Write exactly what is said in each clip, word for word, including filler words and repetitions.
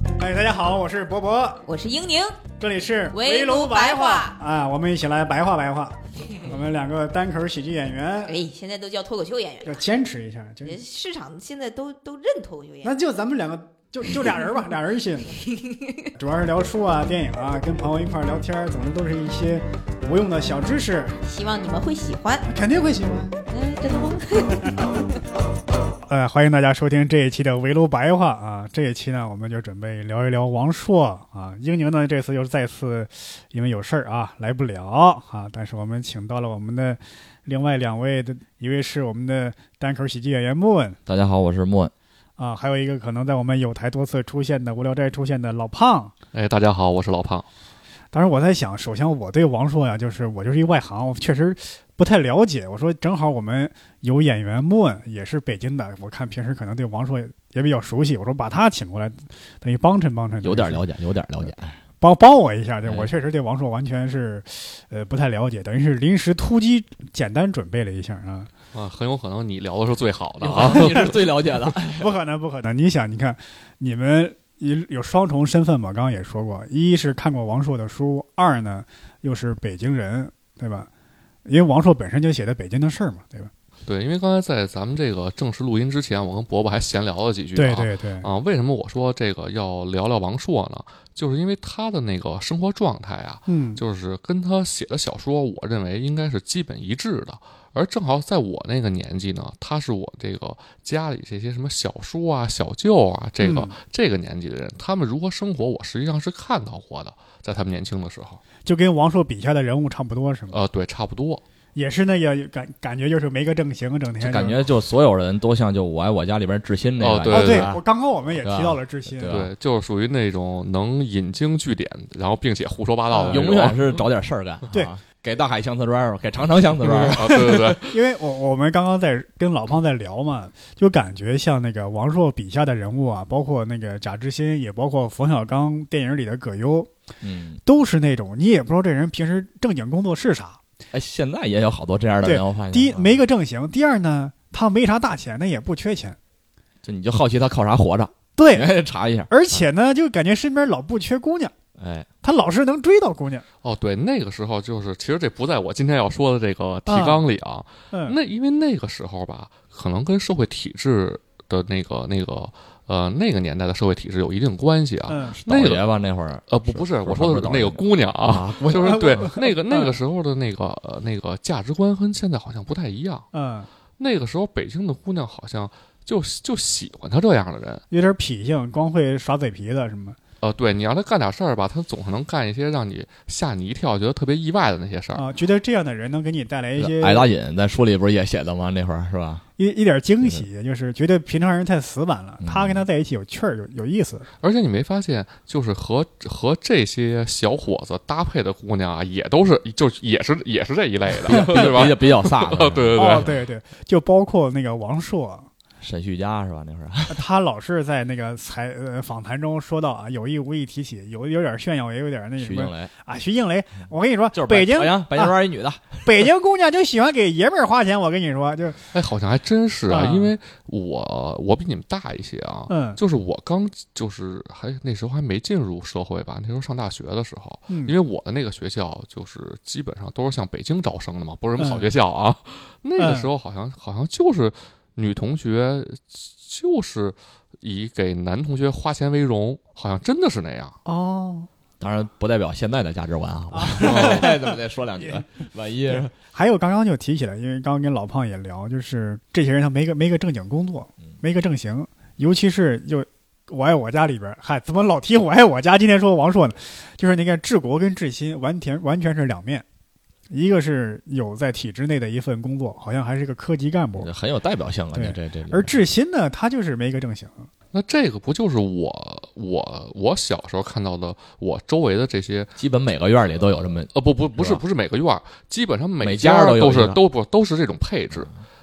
哎，大家好，我是博博， 我是英宁， 这里是围炉白话啊，我们一起来白话白话。我们两个单口喜剧演员， 哎，现在都叫脱口秀演员， 要坚持一下，就市场现在都都认脱口秀演员， 那就咱们两个就就俩人吧，俩人一起，主要是聊书啊、电影啊，跟朋友一块聊天，总之都是一些无用的小知识， 希望你们会喜欢， 肯定会喜欢。 哎，真的吗？ 呃，欢迎大家收听这一期的围炉白话啊！这一期呢，我们就准备聊一聊王朔啊。英宁呢，这次又再次因为有事儿啊来不了啊，但是我们请到了我们的另外两位的，一位是我们的单口喜剧演员莫文， 大家好，我是莫文啊，还有一个可能在我们有台多次出现的无聊斋出现的老胖。 哎，大家好，我是老胖。 当然我在想，首先我对王朔呀，就是我就是一外行，我确实不太了解。我说正好我们有演员莫文也是北京的，我看平时可能对王朔也比较熟悉，我说把他请过来，等于帮衬帮衬。 有点了解，有点了解， 帮帮我一下。就我确实对王朔完全是，呃，不太了解，等于是临时突击，简单准备了一下啊。 啊，很有可能你聊的是最好的啊， 你是最了解的。 不可能，不可能！你想，你看你们。有双重身份嘛？刚刚也说过，一是看过王朔的书，二呢又是北京人，对吧？因为王朔本身就写的北京的事儿嘛，对吧？ 对，因为刚才在咱们这个正式录音之前，我跟伯伯还闲聊了几句、啊。 对对对。 啊，为什么我说这个要聊聊王朔呢？就是因为他的那个生活状态啊， 嗯， 就是跟他写的小说，我认为应该是基本一致的。而正好在我那个年纪呢，他是我这个家里这些什么小叔啊、小舅啊，这个、嗯、这个年纪的人，他们如何生活，我实际上是看到过的，在他们年轻的时候， 就跟王朔笔下的人物差不多，是吗？ 呃，对，差不多。 也是那个感感觉就是没个正形，整天就感觉就所有人都像就我爱我家里边志新那个。 哦，对对对，哦、对我刚刚我们也提到了志新， 对，对就是属于那种能引经据典，然后并且胡说八道的、嗯， 永远是找点事儿干。 对。 啊给大海相瓷砖，给长城相瓷砖、 嗯啊！对对对， 因为我我们刚刚在跟老胖在聊嘛，就感觉像那个王朔笔下的人物啊，包括那个贾志新，也包括冯小刚电影里的葛优， 嗯， 都是那种你也不知道这人平时正经工作是啥。 哎，现在也有好多这样的人，我发现。 第一没个正形，第二呢，他没啥大钱，那也不缺钱， 就你就好奇他靠啥活着？ 对， 你还得查一下。 而且呢，就感觉身边老不缺姑娘。 哎， 他老是能追到姑娘。 哦，对，那个时候就是，其实这不在我今天要说的这个提纲里啊。 嗯， 那因为那个时候吧，可能跟社会体制的那个那个呃那个年代的社会体制有一定关系啊。 嗯， 那个吧那会儿呃不不是，我说的是那个姑娘啊， 啊就是对那个那个时候的那个呃那个价值观跟现在好像不太一样。 嗯， 那个时候北京的姑娘好像就就喜欢他这样的人， 有点痞性，光会耍嘴皮子什么。 呃，对，你让他干点事儿吧，他总是能干一些让你吓你一跳、觉得特别意外的那些事儿啊。觉得这样的人能给你带来一些。 矮大紧在书里不是也写的吗？那会儿是吧？ 一一点惊喜，就是觉得平常人太死板了， 嗯、 他跟他在一起有趣儿，有有意思。 而且你没发现，就是和和这些小伙子搭配的姑娘啊，也都是就也是也是这一类的，对吧？ 比较比较飒的， 对对对、 哦，对对，就包括那个王朔。 沈旭佳是吧？那会儿他老是在那个采呃访谈中说到啊，有意无意提起，有有点炫耀，也有点那什么。 徐静蕾啊，徐静蕾，我跟你说， 就是北京北京园一女的、啊， 北京姑娘就喜欢给爷们儿花钱。我跟你说，就哎，好像还真是啊， 嗯、 因为我我比你们大一些啊， 嗯， 就是我刚就是还那时候还没进入社会吧，那时候上大学的时候， 嗯， 因为我的那个学校就是基本上都是向北京招生的嘛，不是什么好学校啊， 嗯、 那个时候好像好像就是女同学。就是以给男同学花钱为荣，好像真的是那样哦。 当然不代表现在的价值观啊。怎么再说两句？万一还有刚刚就提起来，因为刚刚跟老胖也聊，就是这些人他没个没个正经工作，没个正形，尤其是就我爱我家里边，嗨，怎么老提我爱我家？今天说王朔呢，就是那个治国跟治新完全完全是两面。一个是有在体制内的一份工作，好像还是个科级干部， 很有代表性啊。 对这这。 而志新呢，他就是没个正形。 那这个不就是我我我小时候看到的，我周围的这些， 基本每个院里都有这么呃不不不是不是每个院，基本上每家都是有都不都是这种配置。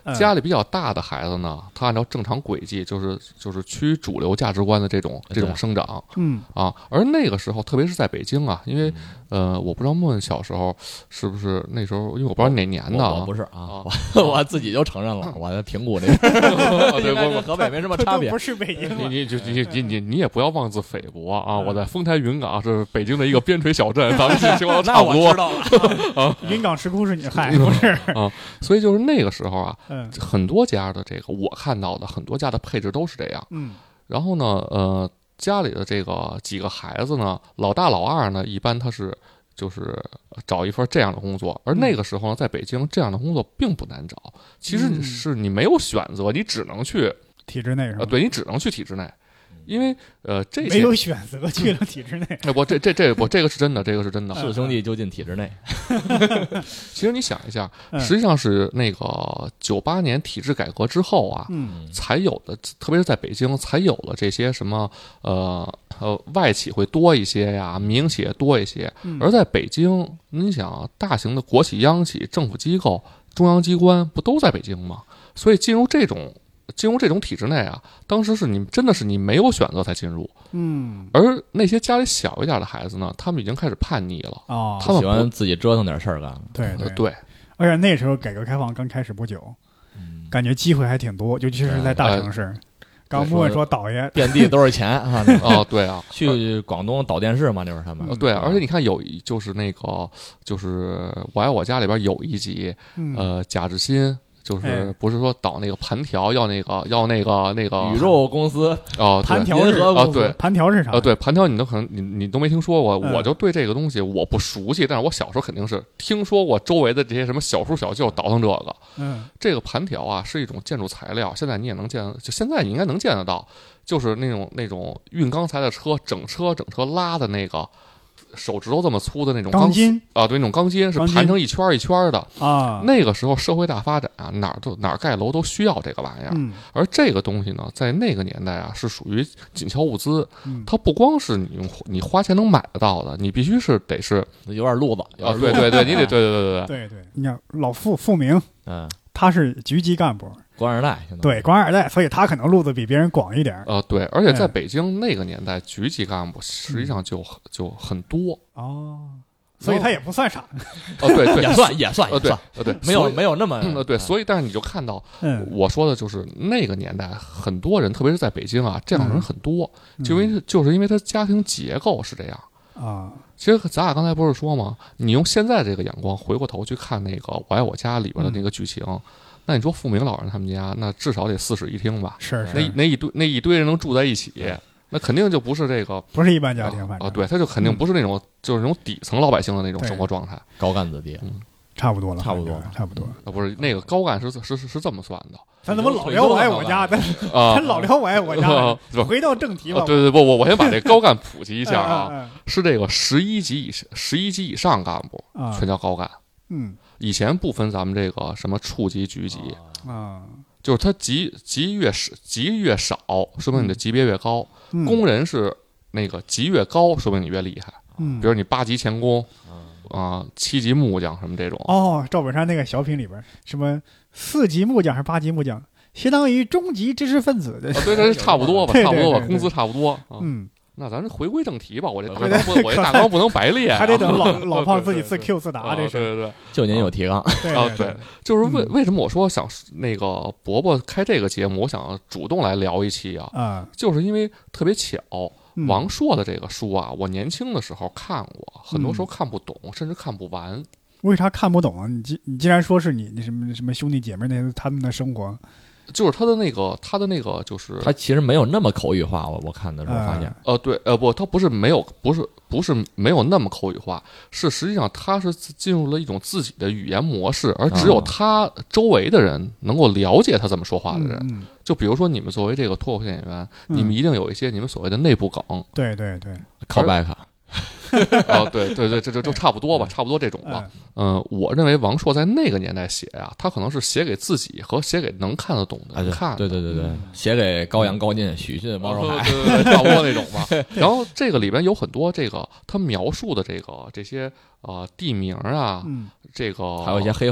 家里比较大的孩子呢，他按照正常轨迹，就是就是趋主流价值观的这种这种生长， 嗯啊，而那个时候，特别是在北京啊，因为呃，我不知道莫问小时候是不是那时候，因为我不知道哪年的啊， 我不是啊， 啊我我自己就承认了，我在平谷那边， 对， 跟河北没什么差别不。是北京你你就你你你你也不要妄自菲薄啊！我在丰台云岗是北京的一个边陲小镇，咱们情况差不多。 知道了， 云岗石窟是你嗨不是啊，所以就是那个时候啊， 嗯很多家的这个我看到的很多家的配置都是这样。 嗯然后呢，呃，家里的这个几个孩子呢，老大老二呢，一般他是就是找一份这样的工作，而那个时候呢，在北京这样的工作并不难找，其实是你没有选择，你只能去体制内是吧？ 呃，对你只能去体制内。因为呃，这些没有选择去了体制内。 哎，不，这这这不，这个是真的，这个是真的。 四兄弟就进体制内。 其实你想一下， 嗯实际上是那个九八年体制改革之后啊， 嗯才有的，特别是在北京，才有了这些什么呃呃外企会多一些呀，民营企业多一些。 嗯而在北京，你想，大型的国企、央企、政府机构、中央机关不都在北京吗？所以进入这种。进入这种体制内啊，当时是你真的是你没有选择才进入， 嗯而那些家里小一点的孩子呢，他们已经开始叛逆了， 哦， 他们不喜欢自己折腾点事儿干。 对对呃对， 而且那时候改革开放刚开始不久，感觉机会还挺多，尤其是在大城市。刚莫问说导爷遍地都是钱啊！那个哦，对啊， 去广东导电视嘛，那会儿他们呃对啊，而且你看有一就是那个就是我爱我家里边有一集， 嗯呃，贾志新。就是哎不是说导那个盘条要那个要那个那个宇宙公司哦，对盘条是银河公司啊对盘条是啥？ 呃对盘条你都可能你你都没听说过， 嗯我就对这个东西我不熟悉，但是我小时候肯定是听说过周围的这些什么小叔小舅倒腾这个。 嗯这个盘条啊是一种建筑材料，现在你也能见，就现在你应该能见得到，就是那种那种运钢材的车，整车整车拉的那个。手指头这么粗的那种钢筋啊，对，那种钢筋是盘成一圈一圈的啊。 那个时候社会大发展啊，哪儿都哪儿盖楼都需要这个玩意儿。 嗯而这个东西呢，在那个年代啊，是属于紧俏物资。 嗯它不光是你用你花钱能买得到的，你必须是得是有点路子啊，对对对，你得对对对对对对，你看老傅傅明， 嗯， 他是局级干部， 官二代， 对官二代，所以他可能路子比别人广一点。 呃对，而且在哎北京那个年代，局级干部实际上就很就很多哦，所以他也不算傻。 哦，对对， 也算也算呃对也算， 呃对， 没有所以没有那么呃对，所以但是你就看到嗯， 我说的就是那个年代很多人，特别是在北京啊，这样的人很多， 嗯就因为就是因为他家庭结构是这样。 啊， 其实咱俩刚才不是说吗？你用现在这个眼光回过头去看那个《我爱我家》里边的那个剧情，那你说富明老人他们家，那至少得四室一厅吧？ 是是， 那那一堆那一堆人能住在一起，那肯定就不是这个不是一般家庭，反啊， 正对，他就肯定不是那种、就是那种底层老百姓的那种对生活状态高干子弟， 差不多了， 差不多反正差不多。 啊，不是那个高干是是是是这么算的咱怎么老聊我爱我家？咱啊咱老聊我爱我家啊，不回到正题吧。 啊对对不，我我先把这高干普及一下嗯啊， 嗯是这个十一级以十一级以上干部嗯啊全叫高干， 嗯以前不分咱们这个什么处级局级。 啊， 就是他级级越少，级越少，说明你的级别越高。 嗯工人是那个级越高，说明你越厉害。 嗯比如你八级钳工，啊、七级木匠什么这种。 哦，赵本山那个小品里边，什么四级木匠还是八级木匠，相当于中级知识分子的。 啊，对，这差不多吧， 对对差不多吧， 对对工资差不多。啊、 嗯， 那咱回归正题吧，我这大对纲不，我这大纲不能白列、啊， 还得等老老胖自己自对 Q 自答， 啊对这是。 对对。 就您有提纲， 对啊， 对对，就是为嗯为什么我说想那个伯伯开这个节目，我想主动来聊一期啊， 啊， 就是因为特别巧， 嗯王朔的这个书啊，我年轻的时候看过，很多时候看不懂，甚至看不完。 为啥看不懂啊？你既你既然说是你你什么什么兄弟姐妹那他们的生活， 就是他的那个，他的那个就是， 他其实没有那么口语化，我我看的时候发现， 呃，对，呃，不，他不是没有，不是不是没有那么口语化，是实际上他是进入了一种自己的语言模式，而只有他周围的人能够了解他怎么说话的人。 嗯， 就比如说你们作为这个脱口秀演员， 嗯你们一定有一些你们所谓的内部梗。 对对对， 靠 back， 啊，对对对，这就就差不多吧，差不多这种吧。嗯，我认为王朔在那个年代写呀、他可能是写给自己和写给能看得懂的啊， 人看的。 对对对对对，写给高阳、高进、许逊、王守海， 对对对，差不多那种吧。然后这个里边有很多这个他描述的这个这些呃地名啊， 嗯这个还有一些黑话，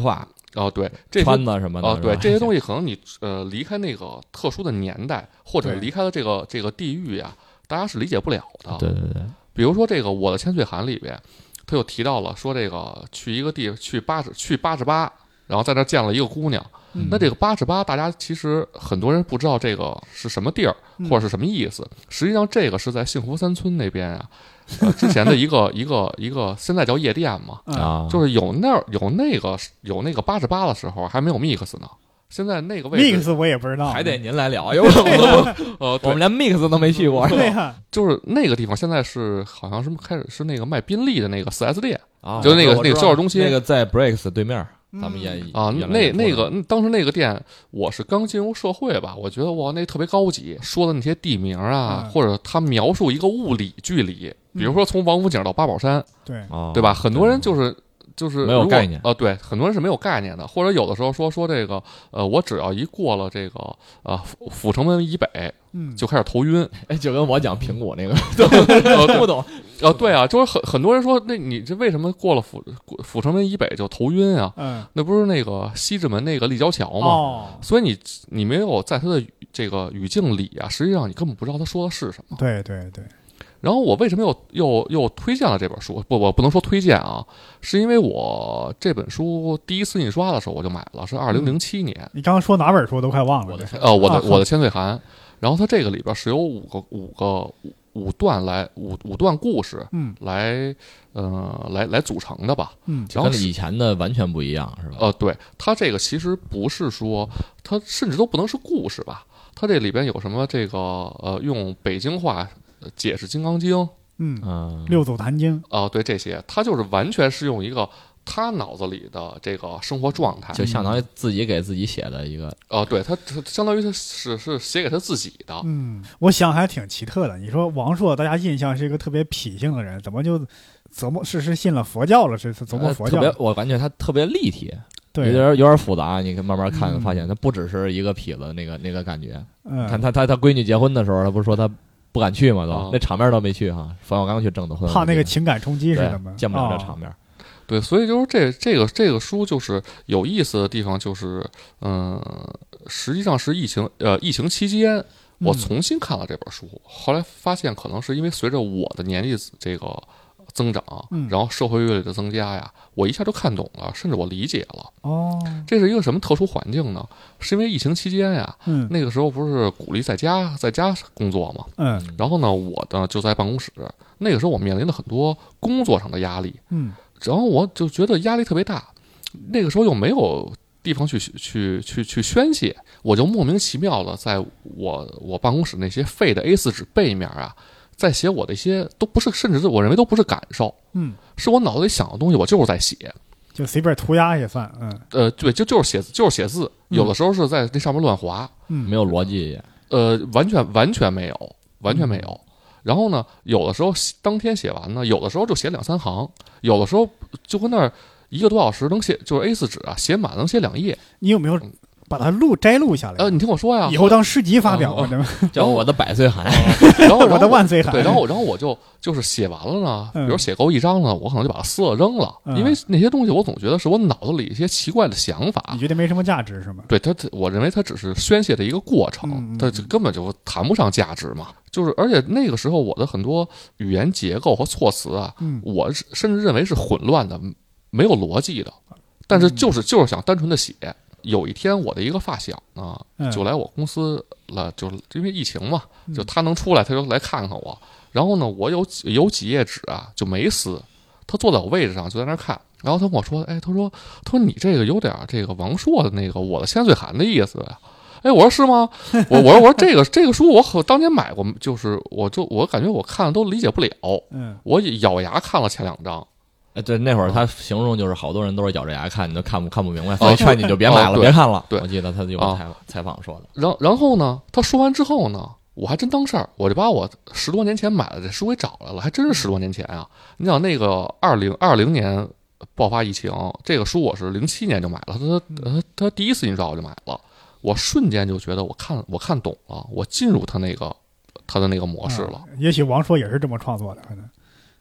哦，对，这些穿的什么的哦，对， 是吧这些东西可能你呃离开那个特殊的年代，或者对离开了这个这个地域呀，大家是理解不了的。 对对对， 比如说这个《我的千岁寒》里边，他又提到了说这个去一个地去八十去八十八，然后在那见了一个姑娘。 嗯那这个八十八，大家其实很多人不知道这个是什么地儿， 嗯或者是什么意思。实际上，这个是在幸福三村那边啊，呃，之前的一个一个一个，现在叫夜店嘛， 嗯啊， 就是有那儿有那个有那个八十八的时候，还没有 mix 呢。现在那个位置 mix 我也不知道， 还得您来聊，因为我们呃， 我们连 mix 都没去过， 对呀， 就是那个地方现在是好像是开始是那个卖宾利的那个四 S 店啊， 就是那个那个我知道销售中心那个在 Breaks 对面，咱们也啊， 原来那那也做个当时那个店，我是刚进入社会吧，我觉得哇，那特别高级，说的那些地名啊， 嗯或者他描述一个物理距离，比如说从王府井到八宝山， 对， 啊， 对吧？很多人就是就是如果没有概念呃，对，很多人是没有概念的，或者有的时候说说这个呃，我只要一过了这个呃阜阜成门以北， 嗯， 就开始头晕。 哎，就跟我讲苹果那个呃听不懂， 呃，对啊，就是很很多人说，那你这为什么过了阜阜成门以北就头晕啊？ 嗯， 那不是那个西直门那个立交桥吗？ 哦， 所以你你没有在他的语这个语境里啊，实际上你根本不知道他说的是什么。 对对对， 然后我为什么又又又推荐了这本书？不，我不能说推荐啊，是因为我这本书第一次印刷的时候我就买了，是二零零七年。 你刚刚说哪本书都快忘了， 我的这呃，我的啊我的千岁寒。然后它这个里边是有五个五个五五段来五五段故事嗯来呃来来组成的吧。 嗯然后跟以前的完全不一样，是吧？ 呃，对，它这个其实不是说，它甚至都不能是故事吧。它这里边有什么这个呃，用北京话解释《金刚经》 嗯， 嗯， 六祖坛经， 啊、对这些，它就是完全是用一个他脑子里的这个生活状态， 就相当于自己给自己写的一个， 哦、对他，他相当于他是是写给他自己的， 嗯，我想还挺奇特的。你说王朔，大家印象是一个特别痞性的人，怎么就琢磨是是信了佛教了？是是琢磨佛教呃特别，我感觉他特别立体，有对， 点有点复杂。你可以慢慢看， 嗯发现他不只是一个痞子那个那个感觉。 嗯， 看他他他闺女结婚的时候，他不是说他不敢去吗？都、 啊那场面都没去哈。冯小刚去证的婚， 怕那个情感冲击似对的吗？ 见不了这哦场面。 对，所以就是这这个这个书就是有意思的地方，就是嗯、呃，实际上是疫情呃疫情期间，我嗯重新看了这本书，后来发现可能是因为随着我的年纪这个增长， 嗯然后社会阅历的增加呀，我一下就看懂了，甚至我理解了。 哦， 这是一个什么特殊环境呢？是因为疫情期间呀， 嗯那个时候不是鼓励在家在家工作嘛， 嗯然后呢，我呢就在办公室，那个时候我面临了很多工作上的压力。 嗯然后我就觉得压力特别大，那个时候又没有地方去去去去宣泄，我就莫名其妙的在我我办公室那些废的 A 四 纸背面啊，在写我的一些都不是，甚至是我认为都不是感受， 嗯， 是我脑子里想的东西，我就是在写。 就随便涂鸦也算，嗯呃，对，就就是写字，就是写字，有的时候是在那上面乱划， 嗯， 没有逻辑也， 呃，完全完全没有，完全没有。然后呢，有的时候当天写完呢，有的时候就写两三行，有的时候就跟那儿一个多小时能写，就是 A 四 纸啊，写满能写两页。 你有没有把它录摘录下来？ 呃，你听我说呀， 以后当诗集发表哦啊，对吧？ 叫我的百岁寒。 然后我的万岁寒。 对，然后然后我就就是写完了呢，比嗯如写够一张呢，我可能就把它撕了扔了， 嗯因为那些东西我总觉得是我脑子里一些奇怪的想法你。觉得没什么价值是吗？ 对它，我认为它只是宣泄的一个过程， 嗯嗯它就根本就谈不上价值嘛。就是，而且那个时候我的很多语言结构和措辞啊， 嗯我是甚至认为是混乱的，没有逻辑的，但是就是就是想单纯的写。有一天，我的一个发小呢， 嗯就来我公司了，就是因为疫情嘛， 嗯就他能出来，他就来看看我。然后呢，我有几有几页纸啊，就没撕。他坐在我位置上，就在那儿看。然后他跟我说：“哎，他说，他说你这个有点这个王朔的那个我的千岁寒的意思呀。”哎，我说是吗？我我说我说这个这个书我可当年买过，就是我就我感觉我看了都理解不了。 嗯我咬牙看了前两章。 哎，对，那会儿他形容就是好多人都是咬着牙看，你都看不看不明白，所以劝你就别买了， 哦对别看了。 对我记得他有啊采采访说的。 然然后呢，他说完之后呢，我还真当事儿，我就把我十多年前买的这书给找来了，还真是十多年前啊！你想那个二零二零年爆发疫情，这个书我是零七年就买了，他他他第一次印刷我就买了，我瞬间就觉得我看我看懂了，我进入他那个他的那个模式了。 啊也许王朔也是这么创作的，可能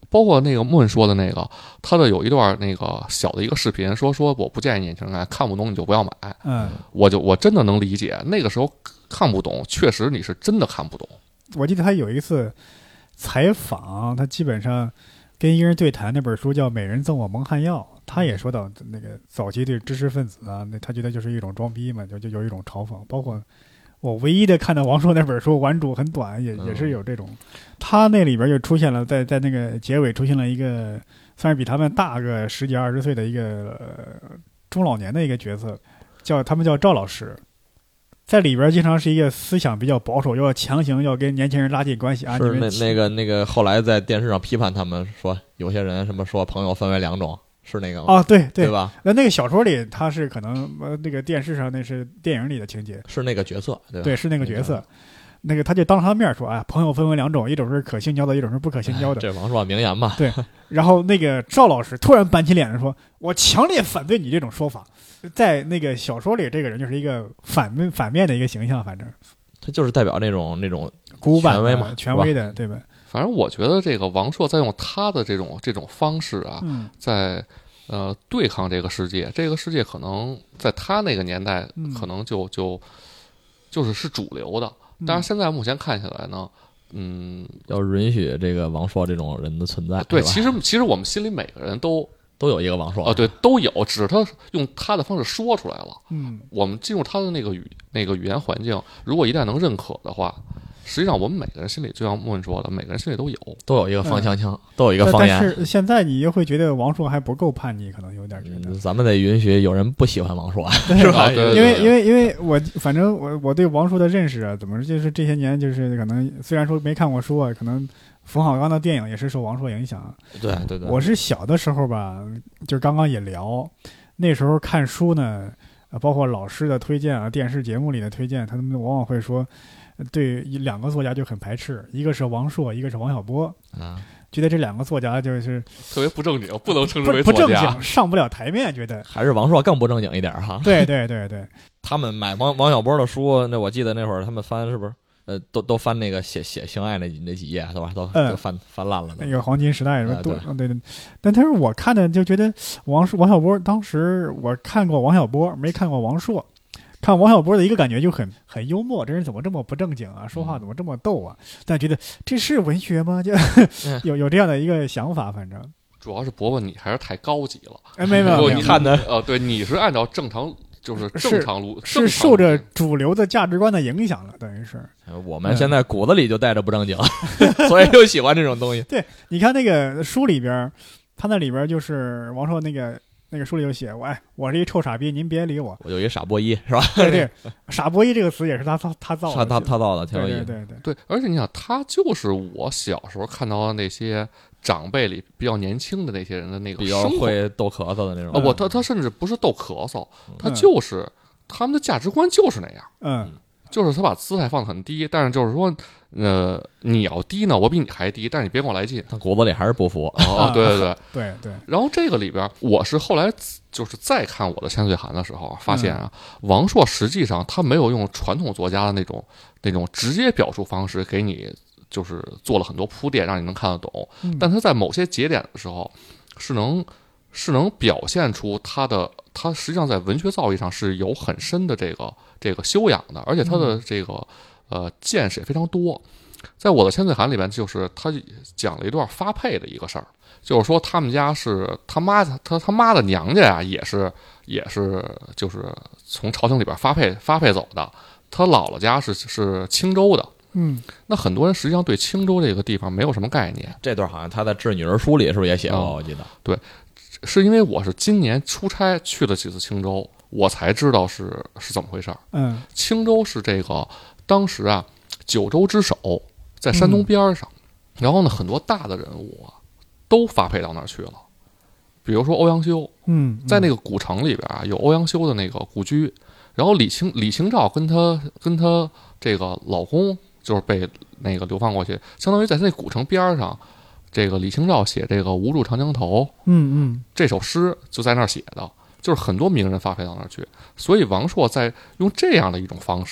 包括那个莫文说的那个，他的有一段那个小的一个视频，说说我不建议年轻人看，看不懂你就不要买。 嗯， 我就我真的能理解，那个时候看不懂，确实你是真的看不懂。 我记得他有一次采访，他基本上跟一个人对谈，那本书叫《美人赠我蒙汗药》，他也说到那个早期对知识分子啊，那他觉得就是一种装逼嘛，就就有一种嘲讽。包括我唯一的看到王朔那本书《顽主》很短，也也是有这种。他那里边就出现了，在在那个结尾出现了一个算是比他们大个十几二十岁的一个、呃、中老年的一个角色，叫他们叫赵老师。在里边经常是一个思想比较保守，又要强行要跟年轻人拉近关系啊。 是那那个那个后来在电视上批判他们说，有些人什么说朋友分为两种，是那个吗？ 啊，对对对吧？ 那那个小说里他是可能呃那个电视上那是电影里的情节， 是那个角色，对吧？ 对，是那个角色。那个他就当他的面说，哎，朋友分为两种，一种是可性交的，一种是不可性交的。 这王朔名言嘛。 对。然后那个赵老师突然板起脸说：“我强烈反对你这种说法。”在那个小说里，这个人就是一个反面反面的一个形象，反正他就是代表那种那种古板权威嘛， 权威的，对吧？ 反正我觉得这个王朔在用他的这种这种方式啊， 嗯、 在呃对抗这个世界。这个世界可能在他那个年代，可能就、嗯、就就是是主流的。但是现在目前看起来呢，嗯， 要允许这个王朔这种人的存在。 对，其实其实我们心里每个人都。 都有一个王朔啊、哦，对，都有，只是他用他的方式说出来了。 嗯， 我们进入他的那个语那个语言环境，如果一旦能认可的话，实际上我们每个人心里，就像莫文说的，每个人心里都有， 都有一个方腔腔，嗯、都有一个方言。 但是现在你又会觉得王朔还不够叛逆，可能有点觉得、 嗯。咱们得允许有人不喜欢王朔，是吧？ 对对对， 因为因为因为我反正我我对王朔的认识啊，怎么就是这些年就是可能虽然说没看过书啊，可能。冯小刚的电影也是受王朔影响， 对对对。 我是小的时候吧，就刚刚也聊，那时候看书呢，包括老师的推荐啊，电视节目里的推荐，他们往往会说，对两个作家就很排斥，一个是王朔，一个是王小波啊， 觉得这两个作家就是特别不正经，不能称之为作家，不正经， 上不了台面，觉得还是王朔更不正经一点哈。 对对对对， 他们买王王小波的书，那我记得那会儿他们翻是不是？呃，都都翻那个写写性爱那那几页，对吧？都、嗯、都翻翻烂了。 那个黄金时代什么、 呃、 对对对，但他是我看的就觉得王王小波，当时我看过王小波，没看过王朔。看王小波的一个感觉就很很幽默，这人怎么这么不正经啊？说话怎么这么逗啊？但觉得这是文学吗？就有有这样的一个想法，反正。 主要是伯伯你还是太高级了。 哎，没有没有， 你看的呃，对，你是按照正常。就是正常路， 是受着主流的价值观的影响了，等于是。 我们现在骨子里就带着不正经，嗯、所以就喜欢这种东西。 对，你看那个书里边，他那里边就是王朔那个那个书里有写，我哎，我是一臭傻逼，您别理我。 我有一傻波一，是吧？ 对对，傻波一这个词也是他他他造的， 他他他造的，挺有意思。 对对对对，而且你想，他就是我小时候看到的那些。长辈里比较年轻的那些人的那个比较会逗咳嗽的那种啊，不，他他甚至不是逗咳嗽，他就是、嗯、他们的价值观就是那样， 嗯， 就是他把姿态放得很低，但是就是说，呃，你要低呢，我比你还低，但是你别跟我来劲， 他骨子里还是不服。 哦，对对对对对。 然后这个里边，我是后来就是再看我的千岁寒的时候，发现啊，嗯、王朔实际上他没有用传统作家的那种那种直接表述方式给你。就是做了很多铺垫，让你能看得懂。 嗯、 但他在某些节点的时候，是能是能表现出他的，他实际上在文学造诣上是有很深的这个这个修养的，而且他的这个、嗯、呃见识也非常多。在我的千岁寒里边，就是他讲了一段发配的一个事儿，就是说他们家是他妈他他妈的娘家呀、啊，也是也是就是从朝廷里边发配发配走的，他姥姥家是是青州的。 嗯， 那很多人实际上对青州这个地方没有什么概念。 这段好像他在《致女儿书》里是不是也写过？ 嗯、 我记得。 对，是因为我是今年出差去了几次青州，我才知道是是怎么回事。 嗯， 青州是这个当时啊九州之首，在山东边上，嗯、然后呢很多大的人物啊都发配到那儿去了，比如说欧阳修， 嗯， 在那个古城里边啊有欧阳修的那个故居，然后李清李清照跟他跟他这个老公。就是被那个流放过去，相当于在那古城边上，这个李清照写这个无住长江头， 嗯嗯， 这首诗就在那儿写的，就是很多名人发配到那儿去，所以王朔在用这样的一种方式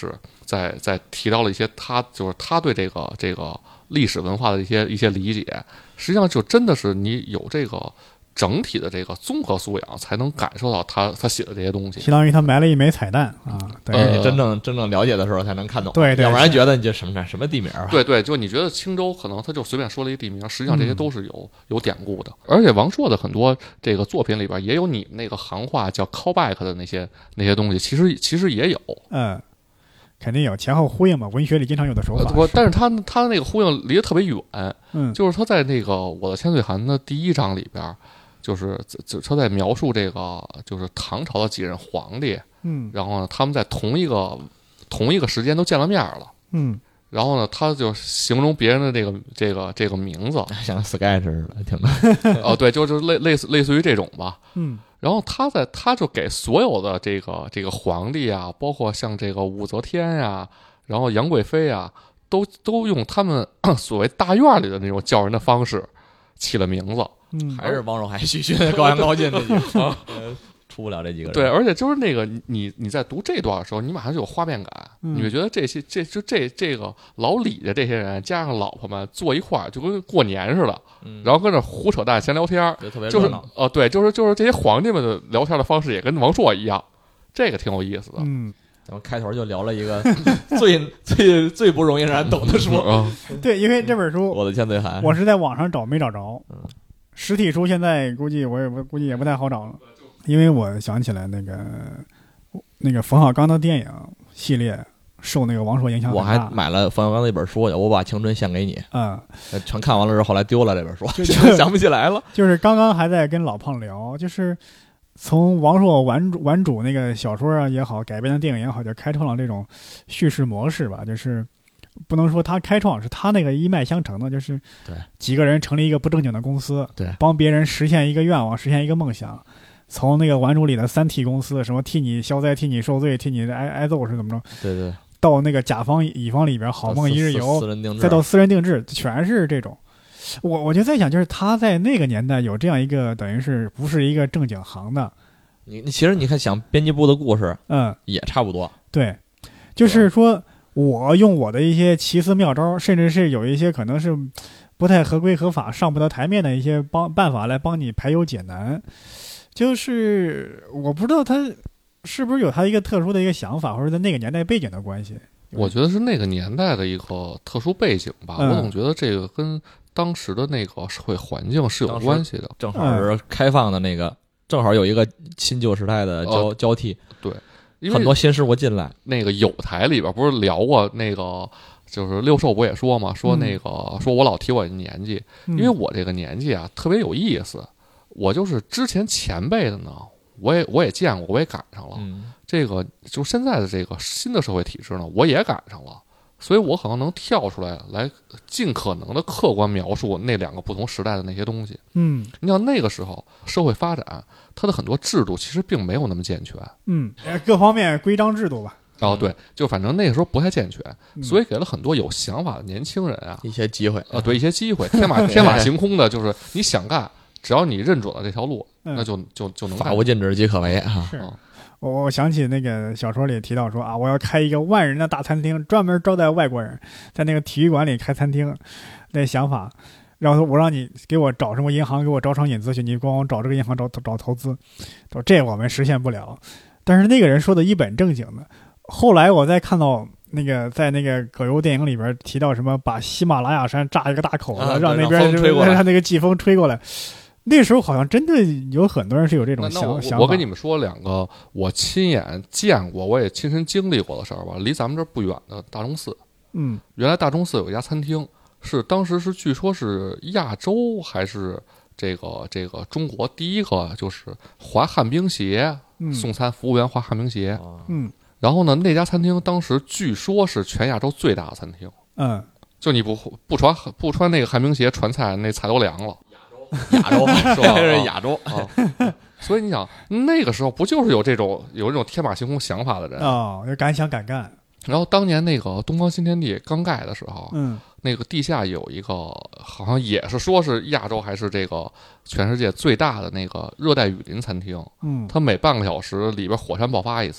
在在提到了一些他就是他对这个这个历史文化的一些一些理解，实际上就真的是你有这个整体的这个综合素养，才能感受到他他写的这些东西。 相当于他埋了一枚彩蛋啊！对， 呃、你真正真正了解的时候才能看懂， 对对， 要不然觉得你这什么什么地名啊？ 对对，就你觉得青州可能他就随便说了一地名，实际上这些都是有、嗯、有典故的。而且王朔的很多这个作品里边也有你那个行话叫 callback 的那些那些东西，其实其实也有。 嗯。肯定有前后呼应嘛，文学里经常有的手法。 呃、但是他他那个呼应离得特别远， 嗯， 就是他在那个《我的千岁寒》的第一章里边，就是就他在描述这个就是唐朝的几任皇帝， 嗯， 然后呢，他们在同一个同一个时间都见了面了， 嗯， 然后呢，他就形容别人的这个这个这个名字， 像 Sketch 似的，挺的。 哦，对，就就类类似类似于这种吧， 嗯。 然后他在他就给所有的这个这个皇帝啊，包括像这个武则天呀、啊，然后杨贵妃啊，都都用他们所谓大院里的那种叫人的方式起了名字。 嗯， 还是王守海、徐勋高阳高进这几个，呃、出不了这几个人。 对，而且就是那个你你在读这段的时候，你马上就有画面感， 嗯、 你会觉得这些这就这这个老李的这些人加上老婆们坐一块儿，就跟过年似的， 嗯、 然后跟那胡扯淡闲聊天， 就特别就是哦、呃，对，就是就是这些皇帝们的聊天的方式也跟王朔一样，这个挺有意思的。 嗯。 咱们开头就聊了一个最最最不容易让人懂的书， 嗯、对，因为这本书我的千岁寒， 我是在网上找没找着， 嗯， 实体书现在估计我也不估计也不太好找了，因为我想起来那个那个冯小刚的电影系列受那个王朔影响很大， 我还买了冯小刚的一本书，我把青春献给你， 嗯， 全看完了之后，后来丢了这本书， 就想不起来了。 就是刚刚还在跟老胖聊，就是从王朔玩主玩主那个小说啊也好，改编的电影也好，就开创了这种叙事模式吧，就是不能说他开创，是他那个一脉相承的，就是对几个人成立一个不正经的公司， 对， 帮别人实现一个愿望，实现一个梦想。从那个玩主里的三替公司，什么替你消灾、替你受罪、替你挨挨揍是怎么着？ 对对。 到那个甲方乙方里边，好梦一日游，再到私人定制，全是这种。我我就在想，就是他在那个年代有这样一个，等于是不是一个正经行的。 你其实你看，想编辑部的故事， 嗯， 也差不多。 对，就是说我用我的一些奇思妙招，甚至是有一些可能是不太合规合法、上不得台面的一些帮办法来帮你排忧解难。就是我不知道他是不是有他一个特殊的一个想法，或者在那个年代背景的关系。 我觉得是那个年代的一个特殊背景吧。嗯、我总觉得这个跟当时的那个社会环境是有关系的。 正好是开放的那个，嗯、正好有一个新旧时代的交、呃、交替。 对， 很多新事物进来。 那个有台里边不是聊过那个，就是六兽不也说嘛，说那个、嗯、说我老提我年纪， 嗯、 因为我这个年纪啊特别有意思。我就是之前前辈的呢，我也我也见过，我也赶上了。 嗯、 这个就现在的这个新的社会体制呢，我也赶上了，所以我可能能跳出来，来尽可能的客观描述那两个不同时代的那些东西。 嗯， 你想那个时候社会发展，它的很多制度其实并没有那么健全。 嗯，各方面规章制度吧。 哦，对，就反正那个时候不太健全，嗯、所以给了很多有想法的年轻人啊一些机会。 呃，对，一些机会，天马天马行空的，就是你想干。只要你认准了这条路， 嗯、 那就就就能法无禁止即可为啊！ 是，我我想起那个小说里提到说啊，我要开一个万人的大餐厅，专门招待外国人，在那个体育馆里开餐厅，那想法，然后我让你给我找什么银行给我招商引资去，你光我找这个银行找找投资，说这我们实现不了。但是那个人说的一本正经的，后来我再看到。那个在那个葛优电影里边提到什么，把喜马拉雅山炸一个大口子， 啊、 让那边让那个季风吹过来。那时候好像真的有很多人是有这种想我想法。 我跟你们说两个我亲眼见过，我也亲身经历过的事儿吧。离咱们这儿不远的大钟寺， 嗯， 原来大钟寺有一家餐厅，是当时是据说是亚洲还是这个这个中国第一个就是滑旱冰鞋、 嗯、 送餐服务员滑旱冰鞋， 嗯。 然后呢，那家餐厅当时据说是全亚洲最大的餐厅。 嗯， 就你不不穿不穿那个旱冰鞋传菜，那菜都凉了。 亚洲，亚洲是吧？是亚洲啊。所以你想，那个时候不就是有这种有这种天马行空想法的人哦，就敢想敢干。 然后当年那个东方新天地刚盖的时候， 嗯， 那个地下有一个好像也是说是亚洲还是这个全世界最大的那个热带雨林餐厅。 嗯， 它每半个小时里边火山爆发一次。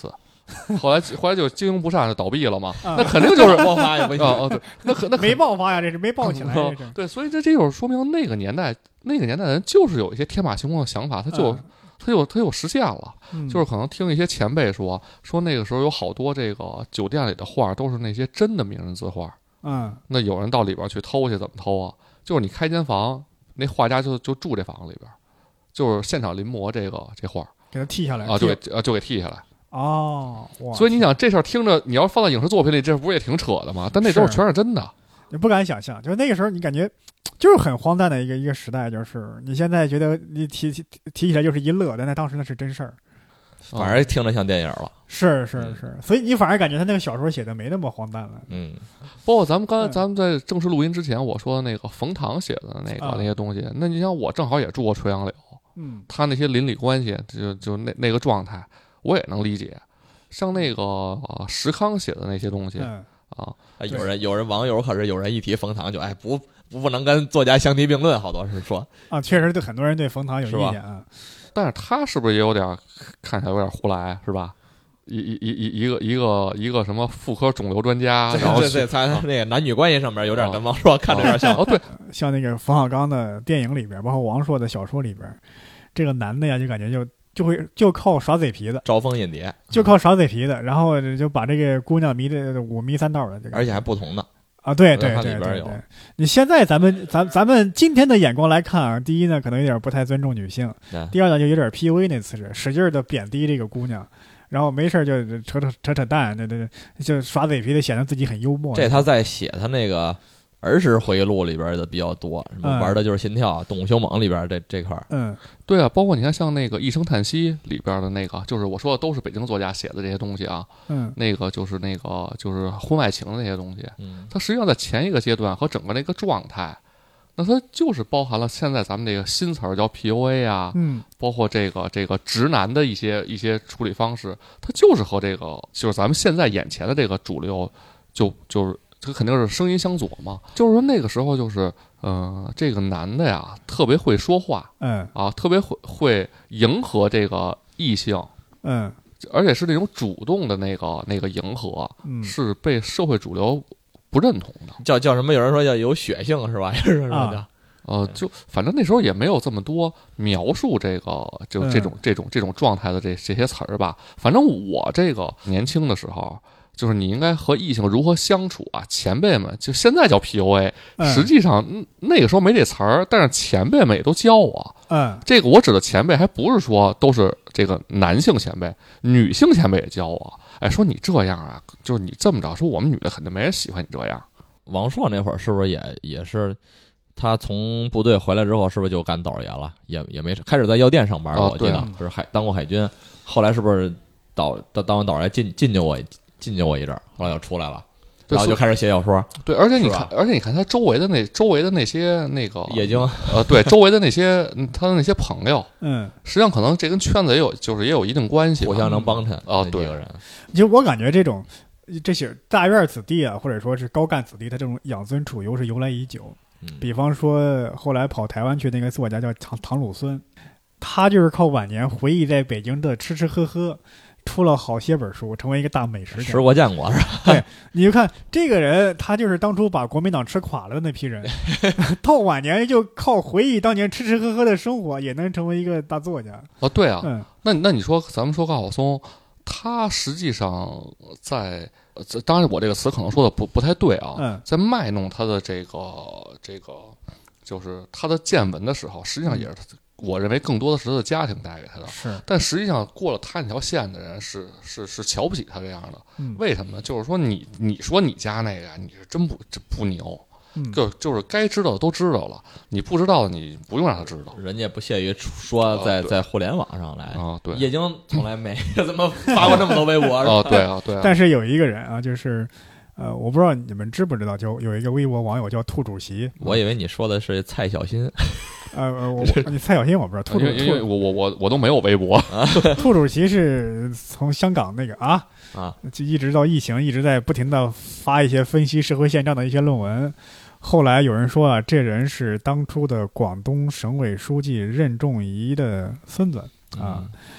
后来后来就经营不善就倒闭了嘛，那肯定就是爆发也不行。 哦哦对，那可那没爆发呀，这是没爆起来。这是对，所以这这就是说明那个年代那个年代的人就是有一些天马行空的想法，他就。 嗯他就他就实现了， 嗯、 就是可能听一些前辈说说那个时候有好多这个酒店里的画都是那些真的名人字画， 嗯， 那有人到里边去偷去，怎么偷啊？就是你开间房，那画家就就住这房子里边，就是现场临摹这个这画， 给他剃下来啊，就给啊就给剃下来。 哦， 所以你想这事儿听着，你要放到影视作品里，这不是也挺扯的吗？但那都是全是真的， 你不敢想象，就是那个时候你感觉。就是很荒诞的一个一个时代，就是你现在觉得你提提提起来就是一乐，但在当时那是真事儿， 反而听着像电影了。 是是是，所以你反而感觉他那个小说写的没那么荒诞了。 嗯， 包括咱们刚才咱们在正式录音之前，我说的那个冯唐写的那个、 嗯、 那些东西，那你想我正好也住过垂杨柳， 嗯， 他那些邻里关系就就那那个状态，我也能理解。像那个、呃、石康写的那些东西、 嗯、 啊， 有人有人网友可是有人一提冯唐就哎不。不能跟作家相提并论，好多是说啊，确实对很多人对冯唐有意见啊， 但是他是不是也有点看起来有点胡来，是吧？一一一一一个一个一个什么妇科肿瘤专家，然后对对，他那个男女关系上面有点跟王朔看着有点像。 哦，对， 像那个冯小刚的电影里边，包括王朔的小说里边，这个男的呀，就感觉就就会就靠耍嘴皮子， 招蜂引蝶， 就靠耍嘴皮子，然后就把这个姑娘迷的五迷三道的，这个而且还不同的。 啊，对对对对对，你现在咱们咱咱们今天的眼光来看啊，第一呢，可能有点不太尊重女性；第二呢，就有点 P U A 那次是使劲的贬低这个姑娘，然后没事就扯扯扯扯淡，对对，就耍嘴皮的，显得自己很幽默。 这他在写他那个儿时回忆录里边的比较多，什么玩的就是心跳、嗯、动物凶猛里边这这块嗯， 对啊，包括你看像那个《一声叹息》里边的那个，就是我说的都是北京作家写的这些东西啊， 嗯， 那个就是那个就是婚外情的那些东西， 嗯， 它实际上在前一个阶段和整个那个状态，那它就是包含了现在咱们这个新词儿叫 P U A 啊， 嗯， 包括这个这个直男的一些一些处理方式，它就是和这个就是咱们现在眼前的这个主流就就是。这肯定是声音相左嘛，就是说那个时候就是，呃，这个男的呀特别会说话， 嗯啊，特别会会迎合这个异性， 嗯， 而且是那种主动的那个那个迎合， 嗯， 是被社会主流不认同的， 叫叫什么？有人说叫有血性是吧？是什么叫？ 呃，就反正那时候也没有这么多描述这个就这种、嗯、这种这种状态的这这些词儿吧。反正我这个年轻的时候。就是你应该和异性如何相处啊？前辈们就现在叫 P U A，、嗯、实际上那个时候没这词儿，但是前辈们也都教我。 嗯， 这个我指的前辈还不是说都是这个男性前辈，女性前辈也教我。哎，说你这样啊，就是你这么着，说我们女的肯定没人喜欢你这样。 王朔那会儿是不是也也是他从部队回来之后，是不是就干导爷了？也也没开始在药店上班， 哦、 我记得就是海当过海军，后来是不是导当当完导爷进进去我进去我一阵儿，后来又出来了，然后就开始写小说。 对，而且你看，而且你看他周围的那周围的那些那个野精， 呃，对，周围的那些他的那些朋友， 嗯， 实际上可能这跟圈子也有，就是也有一定关系， 互相能帮衬啊。对， 个人， 就我感觉这种这些大院子弟啊，或者说是高干子弟，他这种养尊处优是由来已久。 嗯， 比方说后来跑台湾去那个作家叫唐唐鲁孙，他就是靠晚年回忆在北京的吃吃喝喝。出了好些本书，成为一个大美食家， 吃过见过是吧？ 对，你就看这个人，他就是当初把国民党吃垮了的那批人，到晚年就靠回忆当年吃吃喝喝的生活，也能成为一个大作家。 哦，对啊， 嗯， 那那你说，咱们说高晓松，他实际上在，当然我这个词可能说的不不太对啊， 嗯， 在卖弄他的这个这个，就是他的见闻的时候，实际上也是他。嗯，我认为更多的是他的家庭带给他的， 是， 但实际上过了他那条线的人是是是瞧不起他这样的， 嗯， 为什么呢？就是说你你说你家那个你是真不这不牛， 嗯， 就就是该知道的都知道了，你不知道的你不用让他知道， 人家不屑于说在、 哦、 在互联网上来啊，对， 叶京从来没怎么发过这么多微博哦，对啊对啊， 但是有一个人啊，就是。呃，我不知道你们知不知道，就有一个微博网友叫兔主席。 我以为你说的是蔡小新。 呃，我你蔡小新我不知道。兔主因为我我我我都没有微博。 兔主席是从香港那个啊啊， 就一直到疫情，一直在不停的发一些分析社会现状的一些论文。后来有人说啊，这人是当初的广东省委书记任仲夷的孙子啊。 嗯，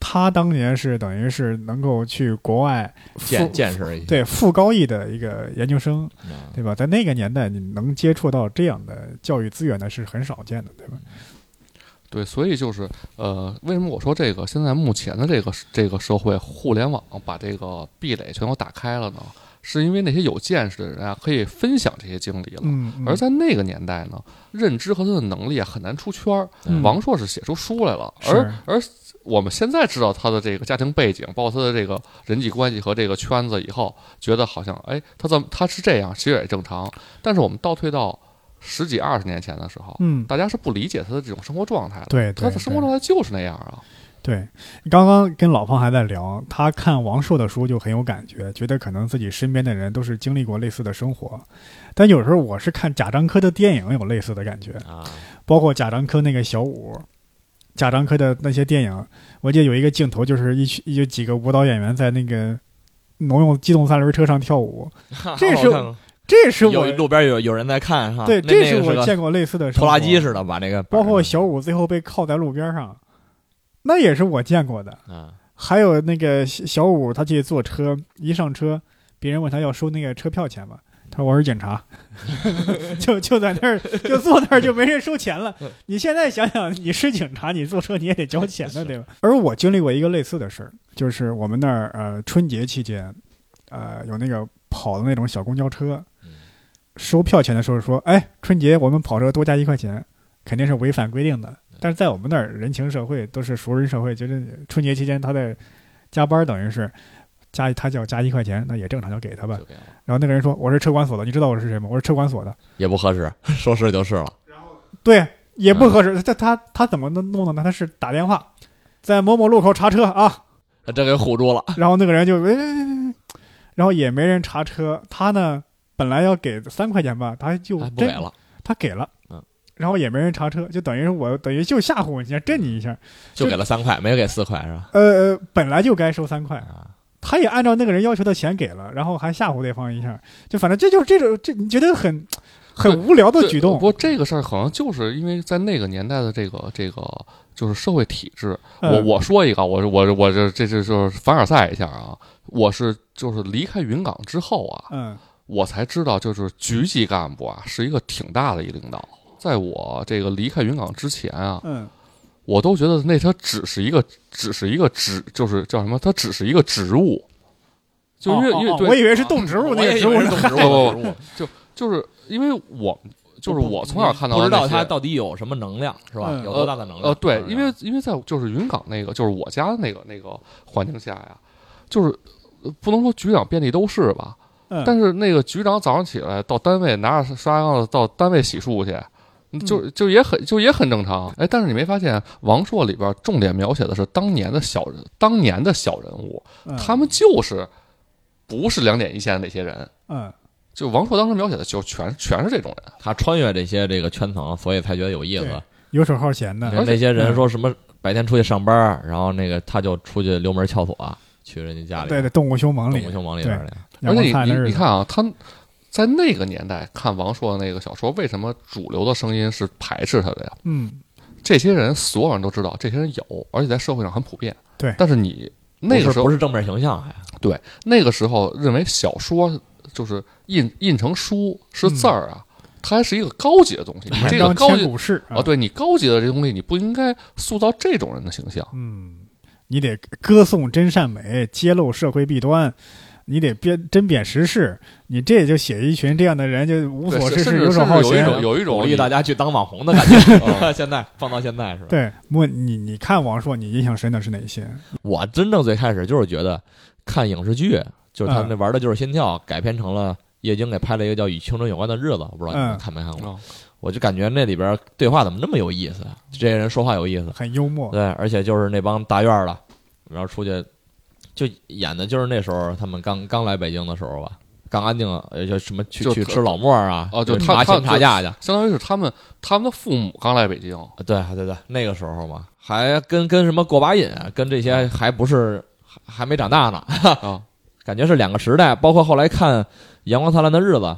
他当年是等于是能够去国外见见识一下， 对副高艺的一个研究生， 嗯、 对吧？在那个年代，你能接触到这样的教育资源呢，是很少见的，对吧？ 对，所以就是呃，为什么我说这个现在目前的这个这个社会，互联网把这个壁垒全都打开了呢？是因为那些有见识的人啊，可以分享这些经历了。 嗯嗯、 而在那个年代呢，认知和他的能力啊很难出圈儿。 嗯、 王朔是写出书来了，而而我们现在知道他的这个家庭背景，包括他的这个人际关系和这个圈子以后，觉得好像哎，他怎么他是这样，其实也正常。但是我们倒退到十几二十年前的时候， 嗯， 大家是不理解他的这种生活状态的。 对， 他的生活状态就是那样啊。 对，刚刚跟老胖还在聊，他看王朔的书就很有感觉，觉得可能自己身边的人都是经历过类似的生活。但有时候我是看贾樟柯的电影有类似的感觉啊， 包括贾樟柯那个小五，贾樟柯的那些电影，我记得有一个镜头就是一群有几个舞蹈演员在那个农用机动三轮车上跳舞，这是这是我路边有有人在看哈， 对，这是我见过类似的拖拉机似的把那个， 包括小五最后被铐在路边上。那也是我见过的， 啊， 还有那个小五，他去坐车，一上车，别人问他要收那个车票钱吗？他说我是警察，就就在那儿，就坐那儿，就没人收钱了。你现在想想，你是警察，你坐车你也得交钱的，对吧？而我经历过一个类似的事儿，就是我们那儿呃春节期间，呃有那个跑的那种小公交车，收票钱的时候说，哎，春节我们跑车多加一块钱，肯定是违反规定的。但是在我们那儿人情社会都是熟人社会，觉得春节期间他在加班，等于是加他叫加一块钱，那也正常，就给他吧。然后那个人说我是车管所的，你知道我是谁吗？我是车管所的，也不合适，说是就是了。 对，也不合适。他他他怎么能弄的呢？他是打电话在某某路口查车啊， 这给唬住了。 然后那个人就哎，然后也没人查车，他呢本来要给三块钱吧，他就不给了， 他给了，嗯。然后也没人查车，就等于我等于就吓唬你，震你一下， 就给了三块，没有给四块是吧？ 呃，本来就该收三块，他也按照那个人要求的钱给了，然后还吓唬对方一下，就反正这就是这种这你觉得很很无聊的举动。 不过这个事儿可能就是因为在那个年代的这个这个就是社会体制。 嗯、 我我说一个，我我我这这这就是凡尔赛一下啊，我是就是离开云岗之后啊， 嗯， 我才知道就是局级干部啊是一个挺大的一领导。在我这个离开云岗之前啊， 嗯， 我都觉得那它只是一个，只是一个职，就是叫什么？它只是一个职务，就因为、 哦哦、 因为对， 我以为是动植物那个植物呢， 不不不，就就是因为我就是我从小看到不知道它到底有什么能量是吧？ 嗯、 有多大的能量？ 呃，对，因为因为在就是云岗那个就是我家的那个那个环境下呀，就是不能说局长遍地都是吧， 嗯、 但是那个局长早上起来到单位拿着刷缸子到单位洗漱去。就就也很就也很正常，哎，但是你没发现王朔里边重点描写的是当年的小人，当年的小人物， 嗯、 他们就是不是两点一线的那些人， 嗯， 就王朔当时描写的就全全是这种人， 他穿越这些这个圈层，所以才觉得有意思， 游手好闲的。 那些人说什么白天出去上班，然后那个他就出去溜门撬锁去人家家里， 对对，动物凶猛里， 动物凶猛里边去。 而且你你你看啊，他。在那个年代看王朔的那个小说，为什么主流的声音是排斥他的呀？ 嗯， 这些人所有人都知道，这些人有，而且在社会上很普遍。 对， 但是你那个时候不是正面形象，还对那个时候认为小说就是印印成书是字儿啊，嗯、它还是一个高级的东西。你这个高级啊， 哦，对你高级的这东西，你不应该塑造这种人的形象。 嗯，你得歌颂真善美，揭露社会弊端。你得编针砭时事，你这就写一群这样的人，就无所事事、游手好闲， 有一种鼓励大家去当网红的感觉。现在放到现在是吧？ 对，问你，你看王朔，你印象深的是哪些？ 我真正最开始就是觉得看影视剧，就是他那玩的就是心跳，嗯、改编成了叶京给拍了一个叫《与青春有关的日子》，我不知道你们看没看过。 嗯、 我就感觉那里边对话怎么那么有意思，这些人说话有意思， 很幽默。 对，而且就是那帮大院的，然后出去。就演的就是那时候他们刚刚来北京的时候吧，刚安定呃就什么去去吃老莫啊， 哦，就查钱查价去， 相当于是他们他们的父母刚来北京， 对对对，那个时候嘛，还跟跟什么过把瘾啊，跟这些还不是还还没长大呢，啊，感觉是两个时代。包括后来看《阳光灿烂的日子》，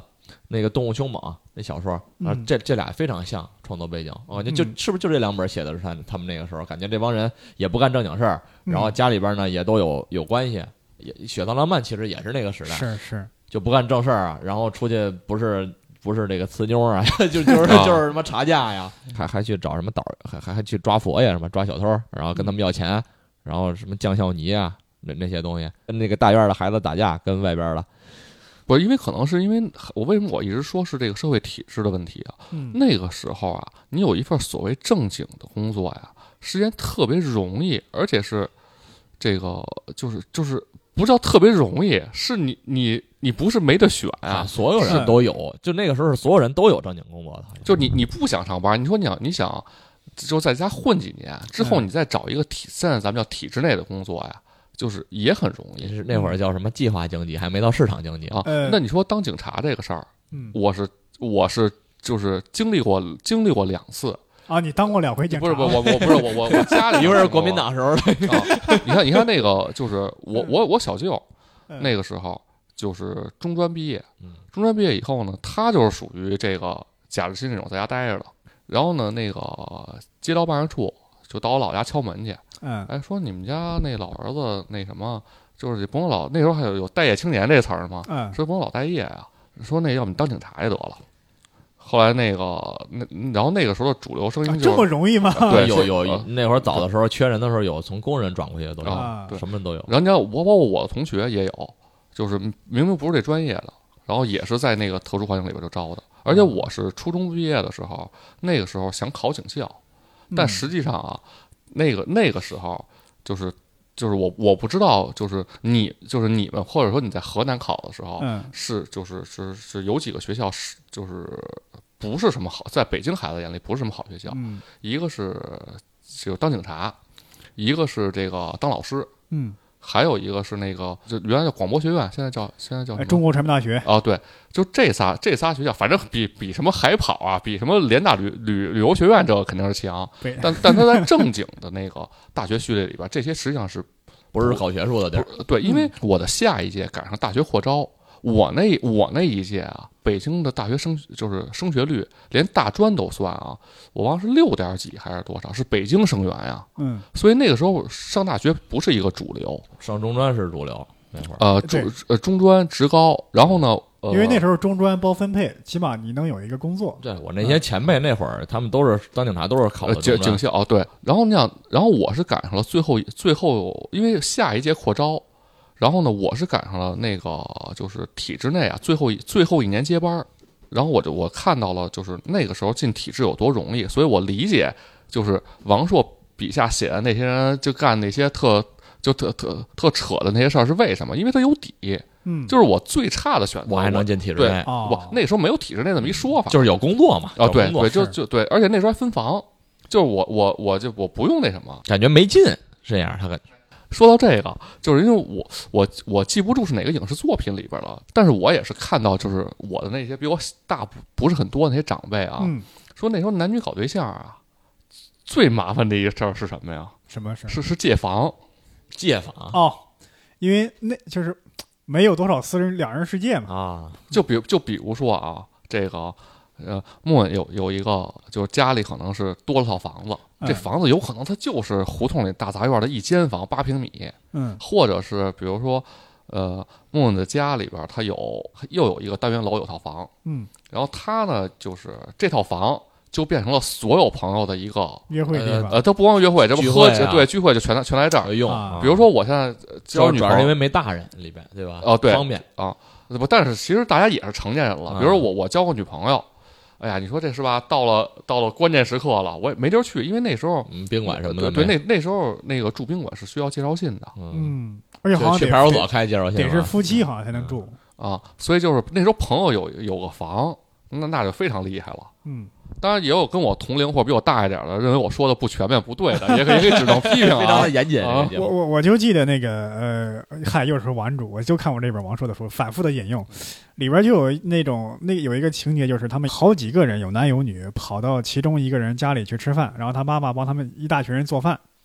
那个《动物凶猛》那小说， 嗯啊，这这俩非常像创作背景，我感觉就嗯是不是就这两本写的是他他们那个时候，感觉这帮人也不干正经事儿，然后嗯家里边呢也都有有关系，也雪藏浪漫其实也是那个时代， 是是， 就不干正事儿啊，然后出去不是不是这个呲妞啊，就就是啊就是什么查价呀，还还去找什么导，还还还去抓佛爷什么抓小偷，然后跟他们要钱，然后什么酱笑泥啊那那些东西，跟那个大院的孩子打架，跟外边的。 不是因为可能是因为我为什么我一直说是这个社会体制的问题啊？ 嗯那个时候啊，你有一份所谓正经的工作呀，是件特别容易，而且是这个就是就是不叫特别容易，是你你你不是没得选啊， 啊， 所有人都有，就那个时候是所有人都有正经工作的， 就你你不想上班，你说你想你想就在家混几年之后， 嗯你再找一个体现在咱们叫体制内的工作呀，就是也很容易也是那会儿叫什么计划经济，还没到市场经济啊。 呃那你说当警察这个事儿， 嗯我是我是就是经历过经历过两次， 啊，你当过两回警察？ 不是不是我我不是我我我家里一会儿是国民党时候的， 啊，你看你看那个就是我我我小舅嗯那个时候就是中专毕业嗯， 中专毕业以后呢，他就是属于这个假日薪这种在家待着的，然后呢那个街道办事处就到我老家敲门去， 嗯哎说你们家那老儿子那什么，就是不用老那时候还有有待业青年这词儿吗？ 嗯说不用老待业啊，说那要不你当警察也得了。后来那个那然后那个时候的主流声音啊这就是么容易吗？ 对有有呃那会儿早的时候缺人的时候，有从工人转过去的都有， 啊对什么人都有。 然后你看我包括我的同学也有，就是明明不是这专业的，然后也是在那个特殊环境里边就招的。而且我是初中毕业的时候，那个时候想考警校，但实际上啊，那个那个时候就是就是我我不知道，就是你就是你们或者说你在河南考的时候， 嗯是就是是是有几个学校是就是不是什么好，在北京孩子眼里不是什么好学校， 嗯一个是就当警察，一个是这个当老师。 嗯， 还有一个是那个，就原来叫广播学院，现在叫现在叫什么？ 呃中国传媒大学。 哦，对，就这仨这仨学校，反正比比什么海跑啊，比什么联大旅旅旅游学院这个肯定是强， 对， 但但它在正经的那个大学序列里边，这些实际上是不是搞学术的地儿， 对，因为我的下一届赶上大学扩招，我那我那一届啊，北京的大学升就是升学率连大专都算啊，我忘了是六点几还是多少，是北京生源呀， 嗯所以那个时候上大学不是一个主流， 上中专是主流那会儿。 呃对中呃中专职高，然后呢，呃、 因为那时候中专包分配，起码你能有一个工作。 对我那些前辈那会儿，他们都是当警察，都是考呃警的中专警校哦对，然后那样，然后我是赶上了最后最后，因为下一届扩招，然后呢，我是赶上了那个就是体制内啊最后一最后一年接班儿，然后我就我看到了就是那个时候进体制有多容易，所以我理解就是王朔笔下写的那些人就干那些特就特特特扯的那些事儿是为什么？因为他有底， 嗯， 就是我最差的选择， 我还能进体制对内， 哦不那时候没有体制内这么一说法， 就是有工作嘛。 啊，对有工作对，就是就对，而且那时候还分房，就是我我我就我不用那什么。 感觉没劲，这样他感说到这个，就是因为我我我记不住是哪个影视作品里边了，但是我也是看到，就是我的那些比我大不不是很多的那些长辈啊， 嗯， 说那时候男女搞对象啊，最麻烦的一个事儿是什么呀？ 什么是？ 是是借房。 借房哦，因为那就是没有多少私人两人世界嘛。 啊， 就比就比如说啊，这个呃，莫有有一个就是家里可能是多了套房子， 嗯这房子有可能它就是胡同里大杂院的一间房，八平米， 嗯或者是比如说呃，莫的家里边他有又有一个单元楼有套房， 嗯， 然后他呢就是这套房就变成了所有朋友的一个约会地方。 呃，都不光约会，这不喝聚会啊对聚会就全全来这儿。 用啊比如说我现在呃交女朋友主要是因为没大人里边，对吧？ 哦对方便啊，不，但是其实大家也是成年人了。 啊比如说我我交个女朋友，哎呀，你说这是吧？到了到了关键时刻了，我也没地儿去，因为那时候嗯，宾馆什么的对对， 没那那时候那个住宾馆是需要介绍信的嗯， 嗯，而且好像得去去派出所开介绍信得是吧夫妻好像才能住。 啊，所以就是那时候朋友有有个房，那那就非常厉害了。 嗯， 当然也有跟我同龄或者比我大一点的，认为我说的不全面、不对的，也可以也可以指正批评非常啊的。严谨。 啊我这个节目我我就记得那个呃，嗨，又是玩主，我就看过这本王朔的书，反复的引用，里边就有那种那有一个情节，就是他们好几个人有男有女，跑到其中一个人家里去吃饭，然后他妈妈帮他们一大群人做饭，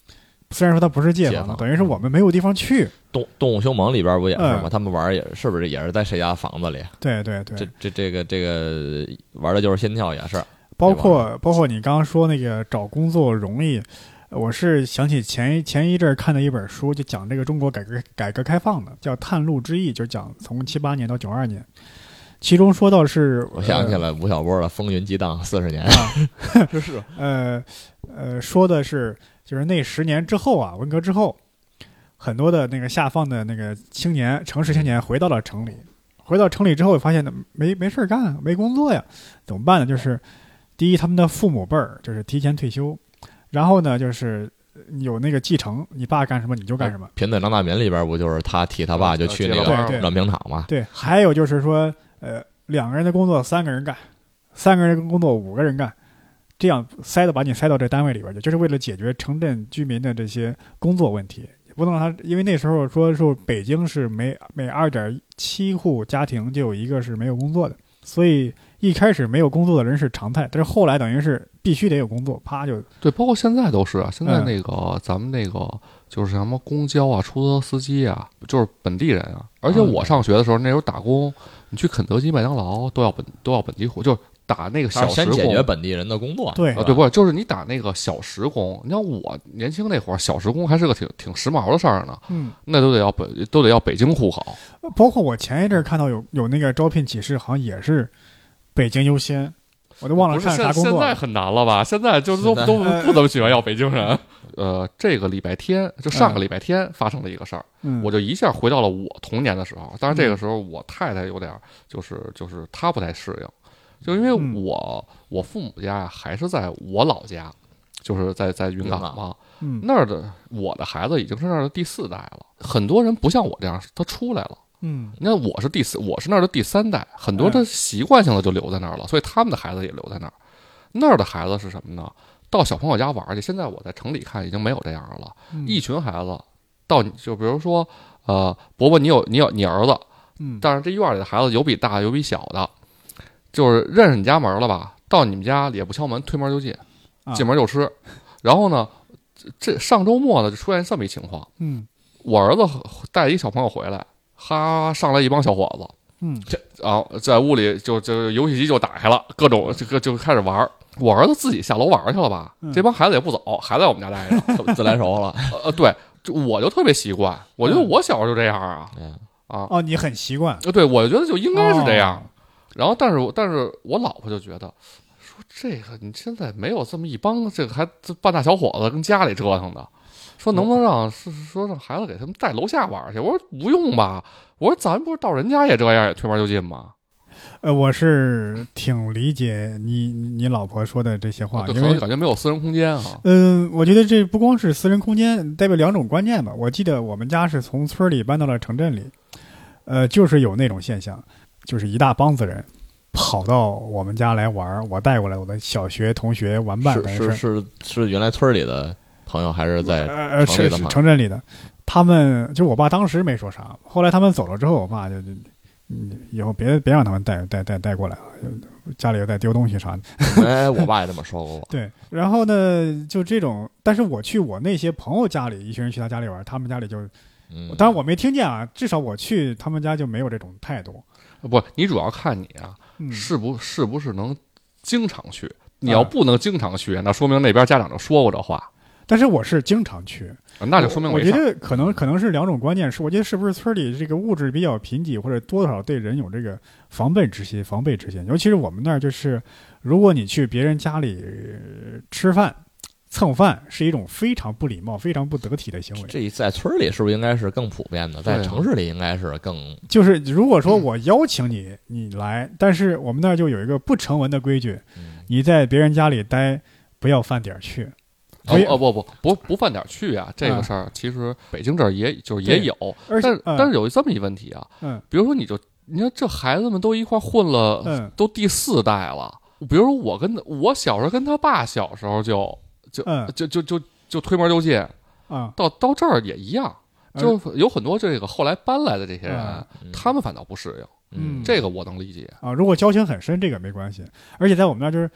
虽然说它不是街坊， 街坊等于是我们没有地方去。 动动物凶猛里边不也是吗？ 嗯、 他们玩也是不是也是在谁家房子里？ 对对对， 这这这个这个玩的就是心跳也是。 包括包括你刚刚说那个找工作容易，我是想起前前一阵看的一本书，就讲这个中国改革改革开放的，叫《探路之役》，就讲从七八年到九二年。其中说到是， 我想起来吴晓波的《风云激荡四十年》 啊， 是是， 呃呃，说的是就是那十年之后啊，文革之后，很多的那个下放的那个青年，城市青年回到了城里，回到城里之后发现没没事干，没工作呀，怎么办呢？就是第一，他们的父母辈儿就是提前退休，然后呢就是有那个继承，你爸干什么你就干什么。 贫嘴张大民里边不就是他替他爸就去那个软冰厂嘛？ 对，还有就是说。呃，两个人的工作三个人干，三个人的工作五个人干，这样塞的把你塞到这单位里边去，就是为了解决城镇居民的这些工作问题。不能让他，因为那时候说说北京是每每二点七户家庭就有一个是没有工作的，所以一开始没有工作的人是常态，但是后来等于是必须得有工作，啪就对，包括现在都是啊。现在那个、嗯、咱们那个就是什么公交啊、出租车司机啊，就是本地人啊。而且我上学的时候，那时候打工。你去肯德基、麦当劳都要本都要本地户，就是打那个小时工， 先解决本地人的工作。 对啊，对不？就是你打那个小时工。你像我年轻那会儿，小时工还是个挺挺时髦的事儿呢。 嗯， 那都得要北都得要北京户口。 包括我前一阵看到有有那个招聘启事，好像也是北京优先，我都忘了看啥工作。 现在很难了吧？现在就是都都不怎么喜欢要北京人。呃，这个礼拜天就上个礼拜天发生了一个事儿、 嗯， 我就一下回到了我童年的时候。当然，这个时候我太太有点就是就是她不太适应，就因为我、嗯、我父母家还是在我老家，就是在在云冈嘛， 嗯， 那儿的我的孩子已经是那儿的第四代了。很多人不像我这样，他出来了。 嗯， 你看我是第四，我是那儿的第三代，很多他习惯性的就留在那儿了，所以他们的孩子也留在那儿。那儿的孩子是什么呢？到小朋友家玩去，现在我在城里看已经没有这样的了。 嗯、 一群孩子到你就比如说，呃，伯伯你有你有你儿子， 嗯， 但是这院里的孩子有比大有比小的，就是认识你家门了吧？到你们家也不敲门，推门就进，进门就吃。啊、然后呢，这上周末呢就出现这么一情况， 嗯， 我儿子带一小朋友回来，哈上来一帮小伙子， 嗯， 这然后在屋里就就游戏机就打开了，各种这个就开始玩。我儿子自己下楼玩去了吧、嗯、这帮孩子也不走，还在我们家待着， 自来熟了。 呃，对，我就特别习惯，我觉得我小时候就这样啊， 嗯、 啊， 哦，你很习惯， 对，我觉得就应该是这样。 哦、 然后，但是，但是我老婆就觉得，说这个你现在没有这么一帮这个还半大小伙子跟家里折腾的，说能不能让是说让孩子给他们带楼下玩去？我说不用吧，我说咱不是到人家也这样，也推门就进吗？ 呃，我是挺理解你你老婆说的这些话， 对， 因为感觉没有私人空间啊。 嗯，我觉得这不光是私人空间，代表两种观念吧。我记得我们家是从村里搬到了城镇里，呃，就是有那种现象，就是一大帮子人跑到我们家来玩，我带过来我的小学同学玩伴， 是是是是原来村里的朋友还是在呃城里的朋友？ 是城镇里的，他们就我爸当时没说啥，后来他们走了之后，我爸就就。嗯，以后别别让他们带带带带过来了，家里又带丢东西啥的。 哎，我爸也这么说过。 对，然后呢，就这种，但是我去我那些朋友家里，一群人去他家里玩，他们家里就， 嗯， 当然我没听见啊，至少我去他们家就没有这种态度。 不，你主要看你啊， 嗯、 是不是不是能经常去？你要不能经常去，那说明那边家长就说过这话。 但是我是经常去， 那就说明我觉得可能可能是两种观念，是我觉得是不是村里这个物质比较贫瘠，或者多少对人有这个防备之心，防备之心。尤其是我们那儿，就是如果你去别人家里吃饭蹭饭，是一种非常不礼貌、非常不得体的行为。 这在村里是不是应该是更普遍的？在城市里应该是更就是如果说我邀请你你来，但是我们那儿就有一个不成文的规矩，你在别人家里待不要饭点去。 哦哦不不不不饭点去啊！这个事儿其实北京这儿也就是也有，但是、嗯、但是有这么一问题啊， 嗯， 比如说你就你看这孩子们都一块混了， 嗯， 都第四代了。比如说我跟我小时候跟他爸小时候就就、 嗯、 就就就就推门就进， 啊、嗯， 到到这儿也一样，就有很多这个后来搬来的这些人， 嗯、 他们反倒不适应， 嗯， 这个我能理解啊。如果交情很深，这个没关系，而且在我们那儿就是。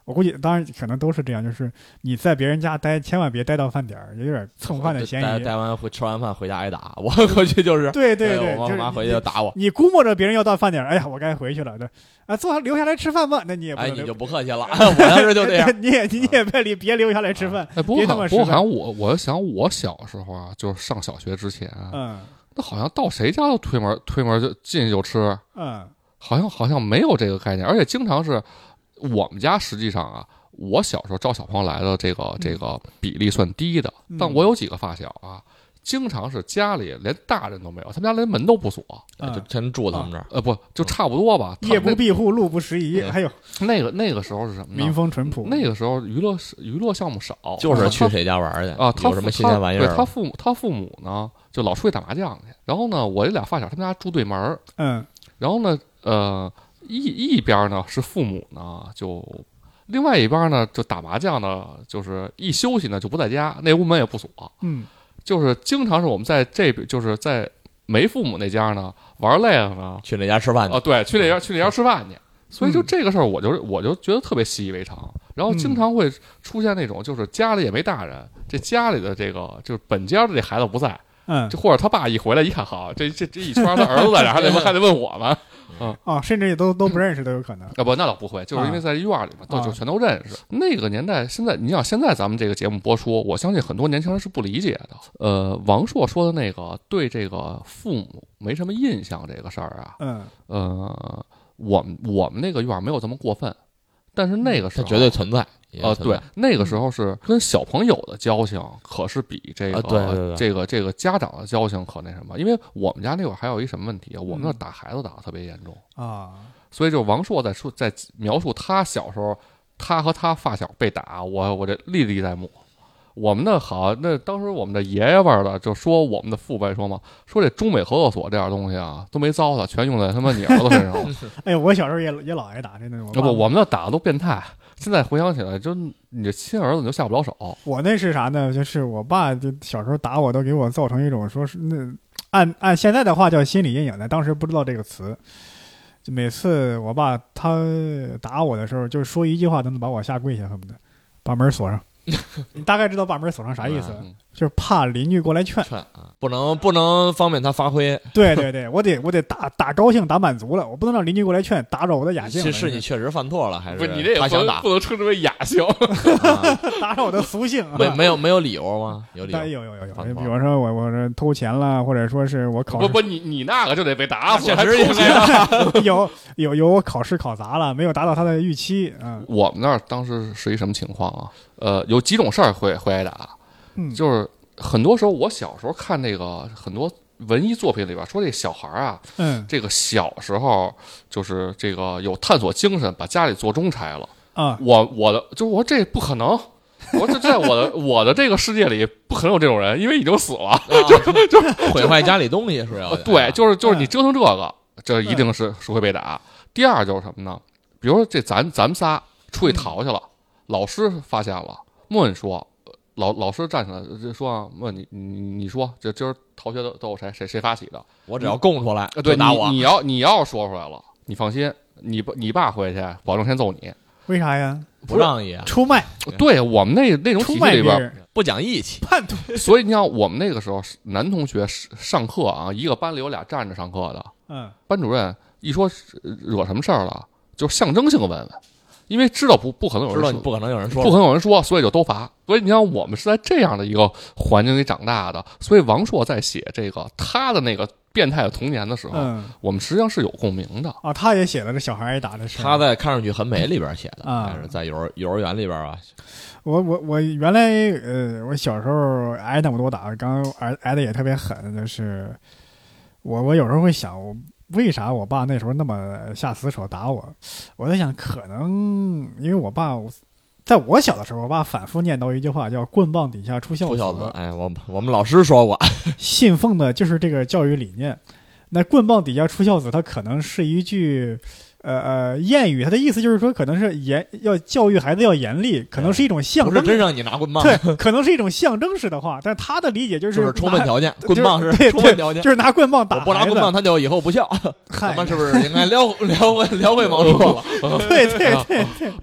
我估计当然可能都是这样，就是你在别人家待，千万别待到饭点儿，有点蹭饭的嫌疑。 待待完回吃完饭回家挨打，我回去就是对对对， 我妈回去就打我。 你估摸着别人要到饭点儿，哎呀，我该回去了，对啊，坐留下来吃饭吧，那你也不哎， 能你就不客气了，我当时就这样。 你也你也别离别留下来吃饭。 哎，不过别他妈不过好吃饭像我我想我小时候啊，就是上小学之前， 嗯那好像到谁家都推门推门就进去就吃， 嗯好像好像没有这个概念，而且经常是我们家实际上啊。我小时候招小朋友来的这个这个比例算低的， 嗯但我有几个发小啊，经常是家里连大人都没有，他们家连门都不锁， 嗯就真住他们这儿。 呃，不就差不多吧。 夜不闭户，路不拾遗， 嗯还有那个那个时候是什么呢？ 民风淳朴。 那个时候娱乐娱乐项目少， 就是去谁家玩去啊？他有什么新鲜玩意儿？ 对他父母他父母呢，就老出去打麻将去。然后呢，我这俩发小他们家住对门儿， 嗯然后呢，呃，一一边呢是父母呢就。另外一边呢，就打麻将呢，就是一休息呢就不在家，那屋门也不锁， 嗯， 就是经常是我们在这边，就是在没父母那家呢玩累了呢， 去那家吃饭去。 哦，对，去那家去那家吃饭去。所以就这个事儿，我就我就觉得特别习以为常。然后经常会出现那种，就是家里也没大人，这家里的这个就是本家的这孩子不在， 嗯， 就或者他爸一回来一看，好，这这这一圈他儿子在这，还得问还得问我们。 嗯啊，甚至也都都不认识都有可能。 啊不，那倒不会，就是因为在院里嘛，都就全都认识。那个年代，现在你想，现在咱们这个节目播出，我相信很多年轻人是不理解的。呃，王朔说的那个对这个父母没什么印象这个事儿啊， 嗯， 呃，我们我们那个院没有这么过分，但是那个时候它绝对存在。 呃，对，那个时候是跟小朋友的交情，可是比这个、 啊、对对对这个这个家长的交情可那什么。因为我们家那会儿还有一什么问题啊？我们那打孩子打得特别严重啊， 所以就王朔在说在描述他小时候，他和他发小被打，我我这历历在目。我们的好，那当时我们的爷爷辈儿的就说我们的父辈说嘛，说这中美合作所这点东西啊都没糟蹋，全用在他妈你儿子身上了。 哎呀，我小时候也也老挨打，真的。 要不我们那打的都变态。现在回想起来，就你这亲儿子你就下不了手。 我那是啥呢？就是我爸就小时候打我，都给我造成一种说是那按按现在的话叫心理阴影的，当时不知道这个词。就每次我爸他打我的时候，就说一句话都能把我吓跪下，恨不得把门锁上。你大概知道把门锁上啥意思？ 嗯、 就是怕邻居过来劝， 劝啊，不能不能方便他发挥。 对对对，我得我得打打高兴打满足了，我不能让邻居过来劝，打扰我的雅兴。 是是你确实犯错了，还是不是你这他想打？ 不能称之为雅兴， 啊、 打扰我的俗性。 没没有没有理由吗？有理由？ 有有有有，比如说我我这偷钱了，或者说是我考不不你你那个就得被打死，还确实应该有有有我考试考砸了，没有达到他的预期。嗯， 我们那儿当时是一什么情况啊？呃，有几种事儿会会挨打， 嗯， 就是很多时候我小时候看那个很多文艺作品里边说这小孩啊， 嗯， 这个小时候就是这个有探索精神，把家里做中拆了啊。 我我的就我这不可能。我这在我的我的这个世界里不可能有这种人，因为已经死了，啊、就就毁坏家里东西是要对，就是就是你折腾这个，这一定是是会被打。第二就是什么呢？比如说这咱咱们仨出去逃去了。老师发现了，问说，老老师站起来就说问你你你说这今儿逃学都都有谁谁谁发起的？ 我只要供出来， 对打我。 你你要你要说出来了，你放心，你你爸回去保证先揍你。 为啥呀？ 不仗义啊！ 出卖。 对我们那那种体系里边不讲义气， 叛徒。 所以你想，我们那个时候男同学上课啊，一个班里有俩站着上课的， 嗯， 班主任一说惹什么事儿了，就象征性问问。因为知道不不可能有人说， 知道不可能有人说， 不可能有人说，所以就都罚。所以你想，我们是在这样的一个环境里长大的，所以王朔在写这个他的那个变态的童年的时候， 嗯， 我们实际上是有共鸣的啊。他也写了这小孩挨打的事。 他在看上去很美里边写的啊， 还是在幼儿幼儿园里边啊。 我我我原来呃，我小时候挨那么多打，刚挨挨的也特别狠，就是我我有时候会想我。为啥我爸那时候那么下死手打我？我在想，可能因为我爸，在我小的时候，我爸反复念叨一句话，叫“棍棒底下出孝子”。 出孝子，哎，我我们老师说过， 信奉的就是这个教育理念。那“棍棒底下出孝子”，它可能是一句呃呃谚语，它的意思就是说，可能是严要教育孩子要严厉，可能是一种象征。 不是真让你拿棍棒， 对，可能是一种象征式的话，但是他的理解就是就是充分条件，棍棒是对充分条件， 就是拿棍棒打。 我不拿棍棒，他就以后不孝。咱们是不是应该聊聊回聊回王朔了？ 对对对对。 我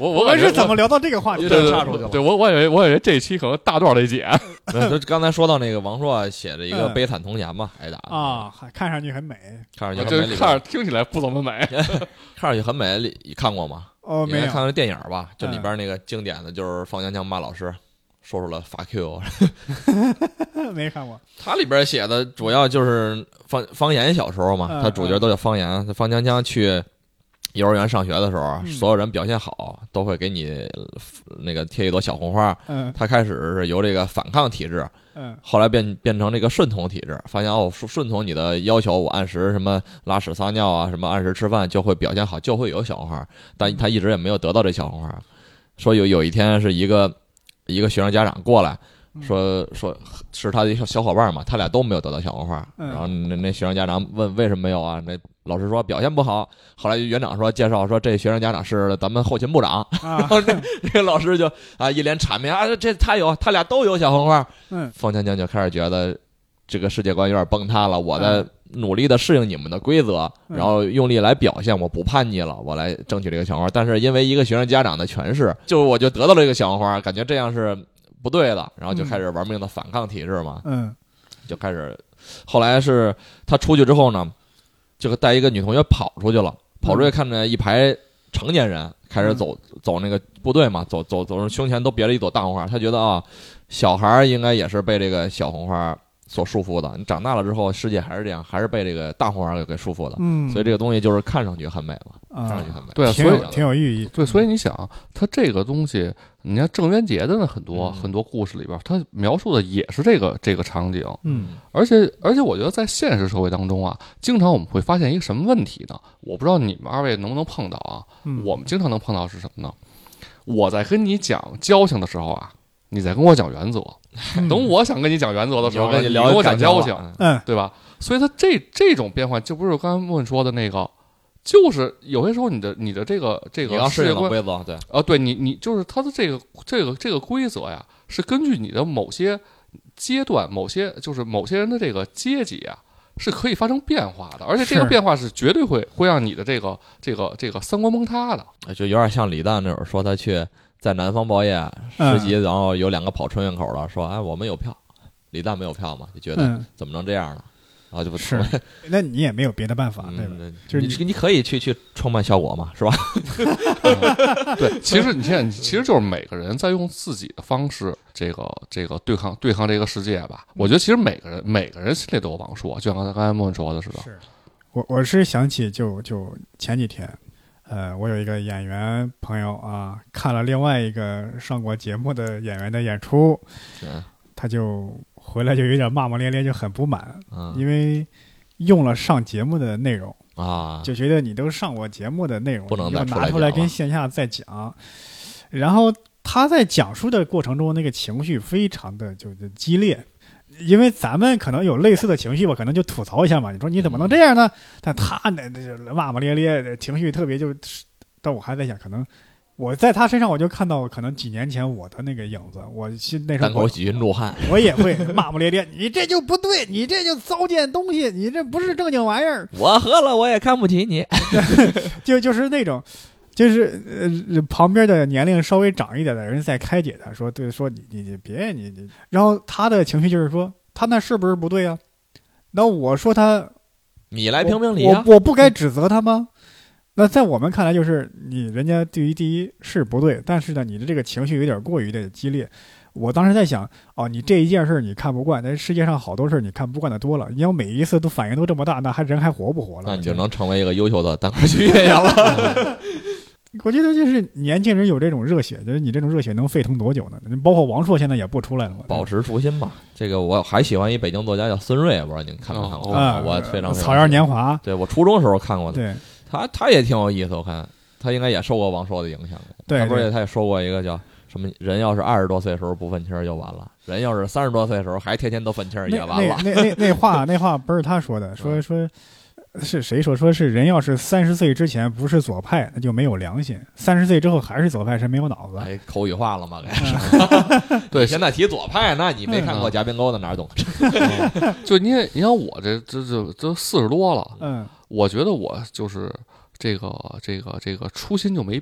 我我我们感觉是怎么聊到这个话题的？ 有点岔出去了对我我以为我以为这一期可能大段得剪。 对就刚才说到那个王朔写的一个嗯悲惨童年嘛，挨打啊，还看上去很美看上去这很美里边， 看着听起来不怎么美。 看上去很美，里看过吗？ 哦，没有应该看过电影吧？就里嗯边那个经典的就是方强强骂老师，说出了 fuck you。 没看过。 他里边写的主要就是方方言小时候嘛， 嗯他主角都叫方言。方强强去幼儿园上学的时候， 嗯所有人表现好都会给你呃那个贴一朵小红花。 嗯他开始是由这个反抗体制， 嗯后来变变成这个顺从体制，发现哦顺顺从你的要求，我按时什么拉屎撒尿啊，什么按时吃饭就会表现好，就会有小红花。但他一直也没有得到这小红花。说有有一天是一个一个学生家长过来。说说是他的一个小伙伴嘛，他俩都没有得到小红花， 嗯然后那那学生家长问为什么没有啊？那老师说表现不好。后来园长说介绍说这学生家长是咱们后勤部长， 啊然后这这个老师就啊一脸谄媚啊，这他有他俩都有小红花。 嗯方强强就开始觉得这个世界观有点崩塌了，我在努力的适应你们的规则， 嗯然后用力来表现，我不叛逆了，我来争取这个小红花。但是因为一个学生家长的权势，就我就得到了这个小红花，感觉这样是不对的，然后就开始玩命的反抗体制嘛， 嗯就开始。后来是他出去之后呢，就带一个女同学跑出去了，跑出去看着一排成年人开始走走那个部队嘛，走走走，胸前都别了一朵大红花。他觉得啊，小孩应该也是被这个小红花所束缚的，你长大了之后，世界还是这样，还是被这个大红花给给束缚的。 嗯， 所以这个东西就是看上去很美嘛， 啊看上去很美。 对啊，所以挺有挺有寓意。 对，所以你想，他这个东西，你看郑渊洁的呢，很多、 嗯很多故事里边，他描述的也是这个这个场景。 嗯而且而且，我觉得在现实社会当中啊，经常我们会发现一个什么问题呢？我不知道你们二位能不能碰到啊？ 嗯， 我们经常能碰到是什么呢？我在跟你讲交情的时候啊，你在跟我讲原则； 嗯等我想跟你讲原则的时候呢， 我跟聊你跟我讲感情了交情， 嗯对吧？所以它这这种变换，就不是刚才问说的那个，就是有些时候你的你的这个这个你要适世界观应的规则，对， 啊，对你你就是它的这个这个这个规则呀，是根据你的某些阶段、某些就是某些人的这个阶级啊，是可以发生变化的，而且这个是变化是绝对会会让你的这个这个这个三观崩塌的。 就有点像李诞那会儿说他去在南方报业实习，然后有两个跑春运口的说，哎，我们有票，李诞没有票嘛，就觉得嗯， 怎么能这样呢？然后就不是，那你也没有别的办法，对吧？ 嗯， 就是你你可以去去创办效果嘛，是吧？ 对，其实你现在其实就是每个人在用自己的方式，这个这个对抗对抗这个世界吧。我觉得其实每个人每个人心里都有王朔，就像刚才刚才莫文说的似的。 是我我是想起就就前几天，呃，我有一个演员朋友啊，看了另外一个上过节目的演员的演出， 嗯他就回来就有点骂骂咧咧，就很不满， 嗯因为用了上节目的内容， 啊， 就觉得你都上过节目的内容， 不能你就再出来拿出来讲了跟线下再讲。然后他在讲述的过程中，那个情绪非常的就就激烈，因为咱们可能有类似的情绪吧，可能就吐槽一下嘛。你说你怎么能这样呢？但他那那骂骂咧咧，情绪特别就，但我还在想，可能我在他身上我就看到可能几年前我的那个影子。我心那时候我单口喜剧怒汉， 我也会骂骂咧咧，你这就不对，你这就糟践东西，你这不是正经玩意儿。 我喝了我也看不起你。 就就是那种，就是呃旁边的年龄稍微长一点的人在开解他，说对，说你你你别你你，然后他的情绪就是说他那是不是不对啊？那我说他， 你来评评理啊！ 我我我不该指责他吗？那在我们看来，就是你人家对于第一是不对，但是呢，你的这个情绪有点过于的激烈。我当时在想，哦，你这一件事你看不惯，但世界上好多事你看不惯的多了。你要每一次都反应都这么大，那还人还活不活了？ 那你就能成为一个优秀的单口喜剧演员了。 我觉得就是年轻人有这种热血，就是你这种热血能沸腾多久呢？包括王朔现在也不出来了嘛。 保持初心吧。这个我还喜欢一北京作家叫孙瑞，不知道您看没看过？ 啊， 我非常非常草原年华， 对我初中时候看过的。 对他他也挺有意思，我看他应该也受过王朔的影响。 对他不是对他也说过一个叫什么人要是二十多岁的时候不愤青儿就完了，人要是三十多岁的时候还天天都愤青儿那也完了。 那那那那话那话不是他说的，说说是谁说？说是人要是三十岁之前不是左派，那就没有良心；三十岁之后还是左派，是没有脑子。 哎，口语化了吗？该嗯对， 现在提左派，那你没看过夹边沟的哪儿懂？ 就你也你想我这这这这四十多了， 嗯我觉得我就是这个这个这个初心就没变。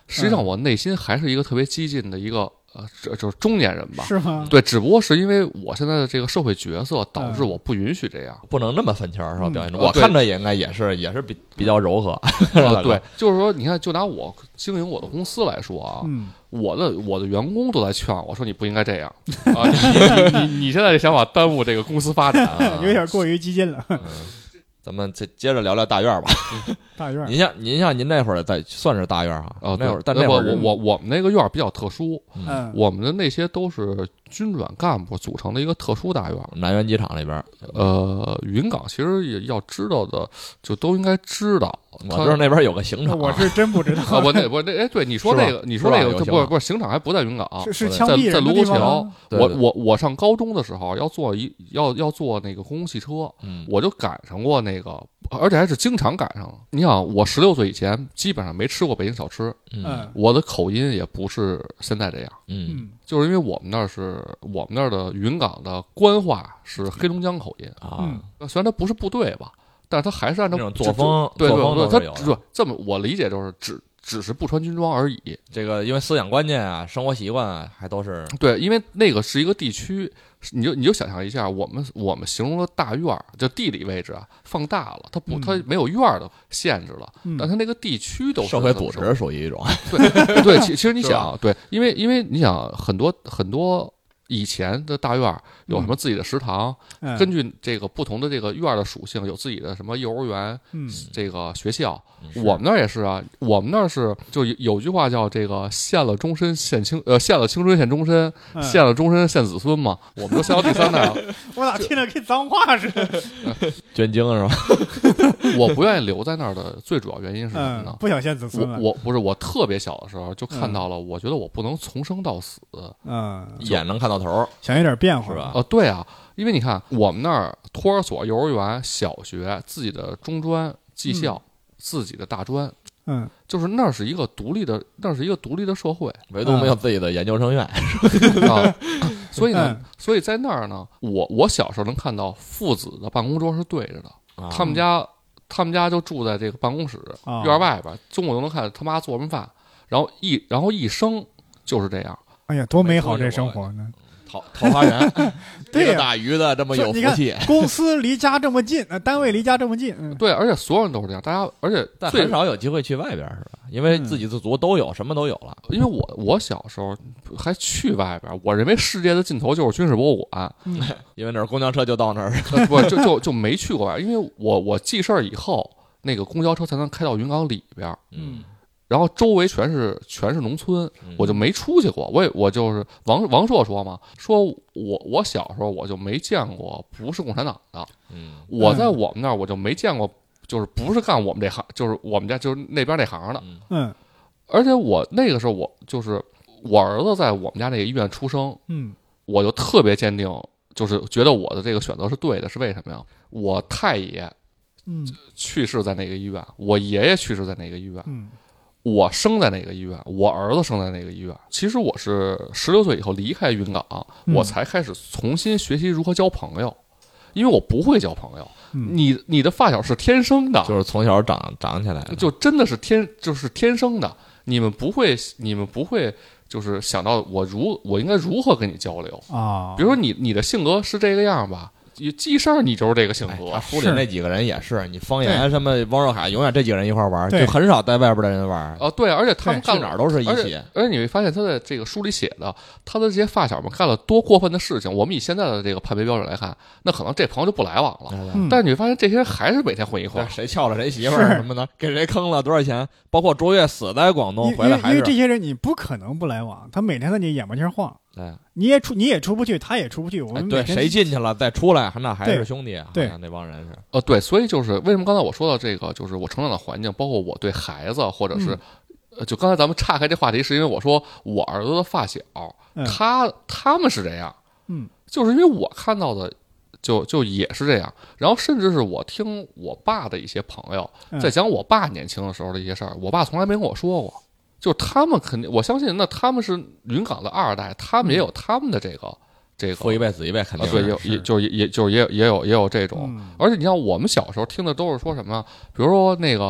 实际上我内心还是一个特别激进的一个呃，这就是中年人吧？ 是吗？ 对，只不过是因为我现在的这个社会角色导致嗯我不允许这样， 不能那么分圈儿是吧？ 嗯表现中， 呃对我看着也应该也是也是比比较柔和。 呃对，就是说，你看，就拿我经营我的公司来说啊， 嗯， 我的我的员工都在劝我说你不应该这样啊，你你你你现在这想法耽误这个公司发展啊。 有点过于激进了。 咱们再接着聊聊大院儿吧。 大院儿， 您像您像您那会儿在算是大院儿哈， 哦， 那会儿，但那那会儿我我我们那个院儿比较特殊， 嗯， 我们的那些都是军转干部组成的一个特殊大院儿。 南苑机场那边儿， 呃，云冈其实也要知道的，就都应该知道。 我知道那边有个刑场， 我是真不知道。 啊，不，那不那哎，对，你说那个，你说那个， 是吧不是不是，刑场还不在云冈， 是是对枪毙人的在在卢沟桥地方吗。 我对对我我上高中的时候要坐一要要坐那个公共汽车， 嗯， 我就赶上过那个，而且还是经常赶上。你想，我十六岁以前基本上没吃过北京小吃， 嗯嗯我的口音也不是现在这样， 嗯嗯就是因为我们那儿是我们那儿的云冈的官话是黑龙江口音， 啊嗯， 虽然它不是部队吧，但是它还是按照那种作风对对作风对， 都是有的它只这么我理解就是只只是不穿军装而已。 这个因为思想观念啊、生活习惯啊，还都是对，因为那个是一个地区，你就你就想象一下，我们我们形容的大院儿，就地理位置啊放大了，它不嗯它没有院儿的限制了， 嗯但它那个地区都是社会组织属于一种， 对对，其其实你是想，对，因为因为你想很多很多以前的大院儿有什么自己的食堂， 嗯， 根据这个不同的这个院儿的属性，有自己的什么幼儿园、 嗯这个学校。 是我们那儿也是啊，我们那儿是就有有句话叫这个献了终身献青，呃，献了青春献终身， 嗯献了终身献子孙嘛。我们都献到第三代了， 我咋听着跟脏话似的？ 捐精是吧？ 我不愿意留在那儿的最主要原因是什么呢，？ 嗯不想献子孙了。 我我不是我特别小的时候就看到了，我觉得我不能从生到死。 嗯， 眼能看到头儿， 想有点变化是吧？ 呃，对啊，因为你看我们那儿托儿所、幼儿园、小学、自己的中专、技校、自己的大专， 嗯就是那儿是一个独立的，那儿是一个独立的社会唯独没有自己的研究生院。 啊。所以呢嗯， 所以在那儿呢，我我小时候能看到父子的办公桌是对着的， 啊他们家他们家就住在这个办公室啊院外边，中午都能看他妈做什么饭，然后一然后一生就是这样。 哎呀，多美好这生活呢！ 桃桃花源， 对呀一个打鱼的这么有你看福气， 公司离家这么近，呃，单位离家这么近，嗯， 对，而且所有人都是这样，大家而且最但很少有机会去外边儿是吧？因为自给自足都有，什么都有了。 因为我我小时候还去外边，我认为世界的尽头就是军事博物馆， 因为那儿公交车就到那儿， 呃不就就就没去过外边，因为我我记事儿以后，那个公交车才能开到云冈里边， 嗯， 然后周围全是全是农村， 嗯我就没出去过。我也我就是王王朔说嘛，说我我小时候我就没见过不是共产党的， 嗯我在我们那儿我就没见过就是不是干我们这行，就是我们家就是那边那行的。 嗯嗯而且我那个时候我就是我儿子在我们家那个医院出生， 嗯我就特别坚定，就是觉得我的这个选择是对的，是为什么呀？我太爷嗯去世在那个医院，我爷爷去世在那个医院， 嗯我生在那个医院，我儿子生在那个医院。其实我是十六岁以后离开云冈， 嗯我才开始重新学习如何交朋友，因为我不会交朋友。 嗯你你的发小是天生的， 就是从小长长起来的， 就真的是天就是天生的，你们不会你们不会就是想到我如我应该如何跟你交流。 啊， 比如说你你的性格是这个样吧，你记事儿你就是这个性哎格。 他书里那几个人也是，你方言什么汪若海，永远这几个人一块玩， 对就很少带外边的人玩， 啊，对，而且他们对干去哪儿都是一而起且。而且你会发现他在这个书里写的，他的这些发小们干了多过分的事情。我们以现在的这个判别标准来看，那可能这朋友就不来往了。 嗯但是你会发现这些人还是每天混一块对， 儿。 谁撬了谁媳妇儿什么的，给谁坑了多少钱，包括卓越死在广东因因为因为回来还是这些人你不可能不来往，他每天在你眼巴前晃， 对你也出你也出不去，他也出不去，我哎对， 们每天谁进去了再出来，那还是对兄弟， 对好像那帮人是， 呃，对，所以就是为什么刚才我说到这个，就是我成长的环境，包括我对孩子，或者是、 嗯呃，就刚才咱们岔开这话题，是因为我说我儿子的发小， 嗯他他们是这样， 嗯， 就是因为我看到的。就就也是这样，然后甚至是我听我爸的一些朋友嗯在讲我爸年轻的时候的一些事儿，我爸从来没跟我说过。就他们肯定，我相信，那他们是云冈的二代，他们也有他们的这个这个父一辈子一辈肯啊，对， 定是有也就是也就是也也有也有也有这种， 嗯而且你像我们小时候听的都是说什么，比如说那个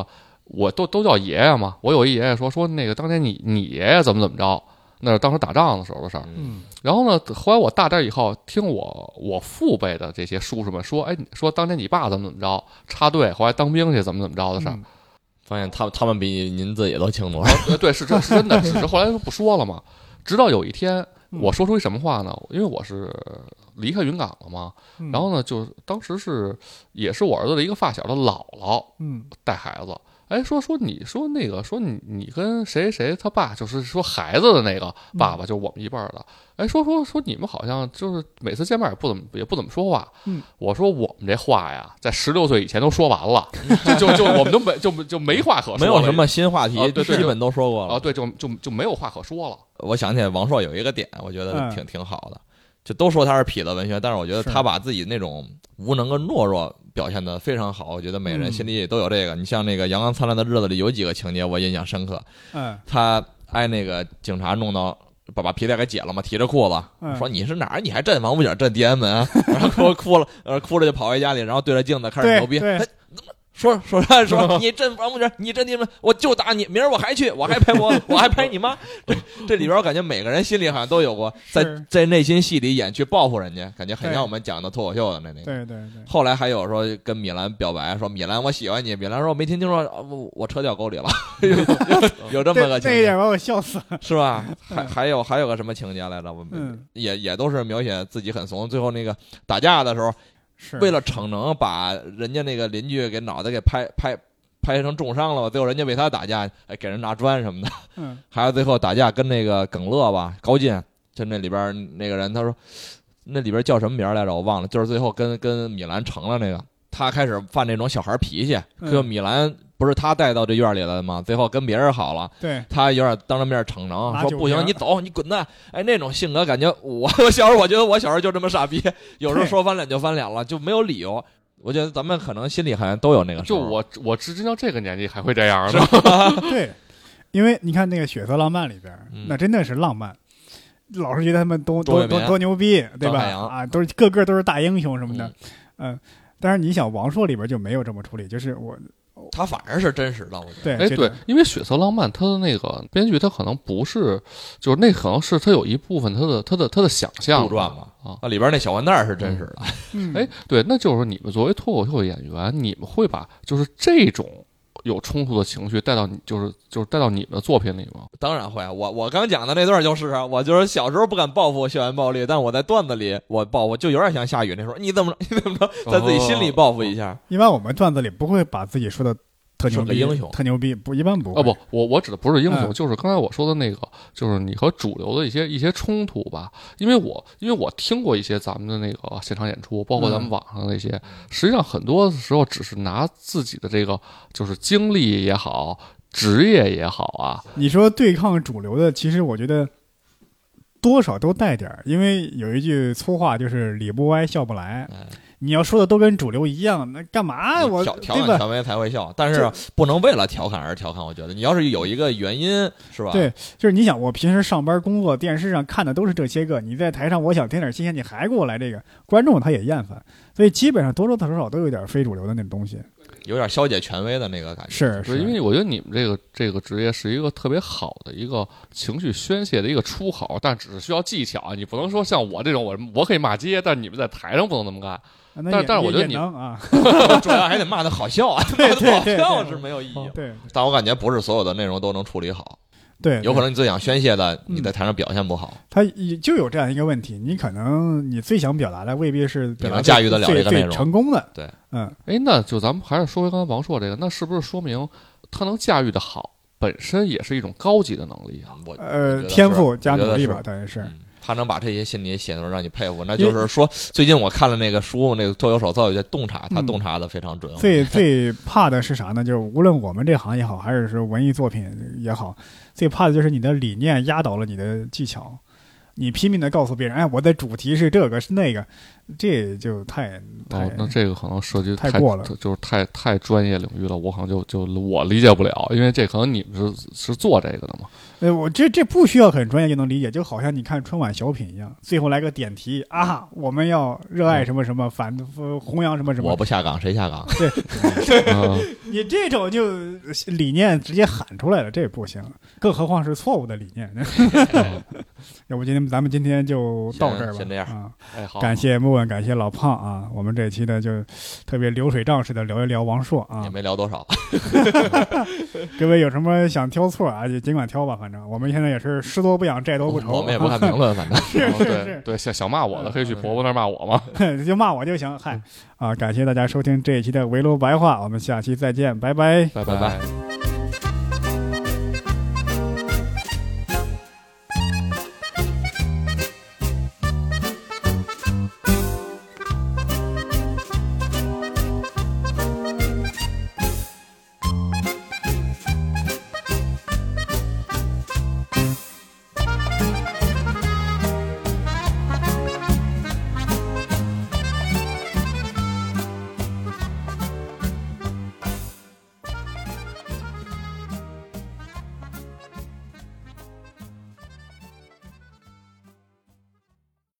我都都叫爷爷嘛。我有一爷爷说说那个当年你你爷爷怎么怎么着，那是当时打仗的时候的事儿。 嗯， 然后呢，后来我大点以后，听我我父辈的这些叔叔们说，哎，说当年你爸怎么怎么着，插队后来当兵去怎么怎么着的事儿。 嗯发现他他们比您自己都清楚。 对对，是真是真的，只是后来不说了嘛。直到有一天，我说出一什么话呢？因为我是离开云岗了嘛， 嗯然后呢，就当时是也是我儿子的一个发小的姥姥嗯带孩子。哎，说说你说那个说你你跟谁谁他爸，就是说孩子的那个爸爸，就是我们一辈儿的。哎，说说说你们好像就是每次见面也不怎么也不怎么说话。 嗯， 我说我们这话呀，在十六岁以前都说完了，就就就我们都没就就没话可说了， 没有什么新话题， 啊对对基本都说过了。 啊，对，就就就没有话可说了。 我想起来王朔有一个点，我觉得嗯挺挺好的，就都说他是痞子文学，但是我觉得是他把自己那种无能跟懦弱表现的非常好。我觉得每个人心里都有这个。你像那个《阳光灿烂的日子》里有几个情节我印象深刻， 嗯他挨那个警察弄到。把把皮带给解了嘛，提着裤子、 嗯、 说你是哪儿？你还镇王府井镇地安门、啊？然后哭哭了，呃，哭着就跑回家里，然后对着镜子开始牛逼。 对对说说说说你镇王府井，你镇地安门，我就打你，明儿我还去，我还拍我，我还拍你妈。这这里边我感觉每个人心里好像都有过，在在内心戏里演去报复人家，感觉很像我们讲的脱口秀的那那个。 对对对。 后来还有说跟米兰表白，说米兰我喜欢你，米兰说我没听清楚，我我车掉沟里了，有有这么个情节， 这一点把我笑死了， 是吧？还还有还有个什么情节来着？我们、 嗯、 也也都是描写自己很怂，最后那个打架的时候。为了逞能，把人家那个邻居给脑袋给拍拍拍成重伤了吧？最后人家为他打架，哎，给人拿砖什么的。 嗯， 还有最后打架跟那个耿乐吧，高进，就那里边那个人，他说那里边叫什么名来着？我忘了。就是最后跟跟米兰成了那个，他开始犯那种小孩脾气，就米兰。不是他带到这院里了吗？最后跟别人好了， 对他有点当着面逞能，说不行，你走，你滚蛋！哎，那种性格感觉我我小时候我觉得我小时候就这么傻逼，有时候说翻脸就翻脸了，就没有理由。我觉得咱们可能心里好像都有那个时候。 就我我至今到这个年纪还会这样呢。 对，因为你看那个《血色浪漫》里边， 嗯、 那真的是浪漫，老是觉得他们多多多多牛逼，对吧？啊，都是个个都是大英雄什么的，嗯。呃、但是你想，王朔里边就没有这么处理，就是我。 他反而是真实的，我觉得。 对，哎，对，因为《血色浪漫》它的那个编剧，他可能不是，就是那可能是他有一部分他的他的他的想象杜撰嘛啊， 里边那小混蛋是真实的。 嗯， 哎，对，那就是说你们作为脱口秀演员，你们会把就是这种有冲突的情绪带到你，就是就是带到你们的作品里吗？ 当然会，我我刚讲的那段就是啊，我就是小时候不敢报复校园暴力，但我在段子里我报复，就有点像夏雨那时候，你怎么你怎么着，在自己心里报复一下。 一般我们段子里不会把自己说的。特牛逼， 英雄特牛逼，不一般不啊不，我我指的不是英雄， 嗯、 就是刚才我说的那个，就是你和主流的一些一些冲突吧。因为我因为我听过一些咱们的那个现场演出，包括咱们网上的那些，嗯、实际上很多时候只是拿自己的这个就是经历也好，职业也好啊。 你说对抗主流的，其实我觉得多少都带点儿，因为有一句粗话就是理不歪笑不来。嗯，你要说的都跟主流一样，那干嘛我调调侃权威才会笑，但是不能为了调侃而调侃。我觉得你要是有一个原因，是吧？ 对，就是你想，我平时上班工作，电视上看的都是这些个，你在台上，我想添点新鲜，你还给我来这个，观众他也厌烦，所以基本上多多少少都有点非主流的那种东西， 有点消解权威的那个感觉。 是是， 因为我觉得你们这个这个职业是一个特别好的一个情绪宣泄的一个出口，但只是需要技巧，你不能说像我这种，我我可以骂街，但你们在台上不能那么干。但但是我觉得你啊， 主要还得骂的好笑啊， 对对对，好笑是没有意义。 对， 但我感觉不是所有的内容都能处理好。 对， 有可能你最想宣泄的，你在台上表现不好。 他就有这样一个问题，你可能你最想表达的未必是你能驾驭得了这个内容成功的。 对， 嗯， 哎，那就咱们还是说回刚才王朔这个，那是不是说明他能驾驭的好，本身也是一种高级的能力啊？ 我呃，天赋加努力吧，等于是。 他能把这些心理写出让你佩服，那就是说，最近我看了那个书，那个脱口手造有些洞察，他洞察的非常准。 嗯、最最怕的是啥呢？就是无论我们这行也好，还是说文艺作品也好，最怕的就是你的理念压倒了你的技巧。 你拼命的告诉别人，哎，我的主题是这个是那个，这就太太、 哦，那这个可能涉及太过了， 就是太太专业领域了，我可能就就我理解不了，因为这可能你们是是做这个的嘛。 呃，我这这不需要很专业就能理解，就好像你看春晚小品一样，最后来个点题啊，我们要热爱什么什么，反弘扬什么什么。 我不下岗谁下岗？ 对， 嗯、 你这种就理念直接喊出来了，这不行，更何况是错误的理念。要不今天咱们今天就到这儿吧， 先这样啊。 哎，好， 感谢木问，感谢老胖啊，我们这期呢就特别流水账似的聊一聊王朔啊， 也没聊多少。 各位有什么想挑错啊，就尽管挑吧，反正我们现在也是失多不养，债多不愁， 我们也不看评论，反正是是对是， 对，想想骂我的可以去婆婆那儿骂我嘛， 就骂我就行。嗨啊，感谢大家收听这一期的围炉白话，我们下期再见，拜拜， 拜拜拜拜。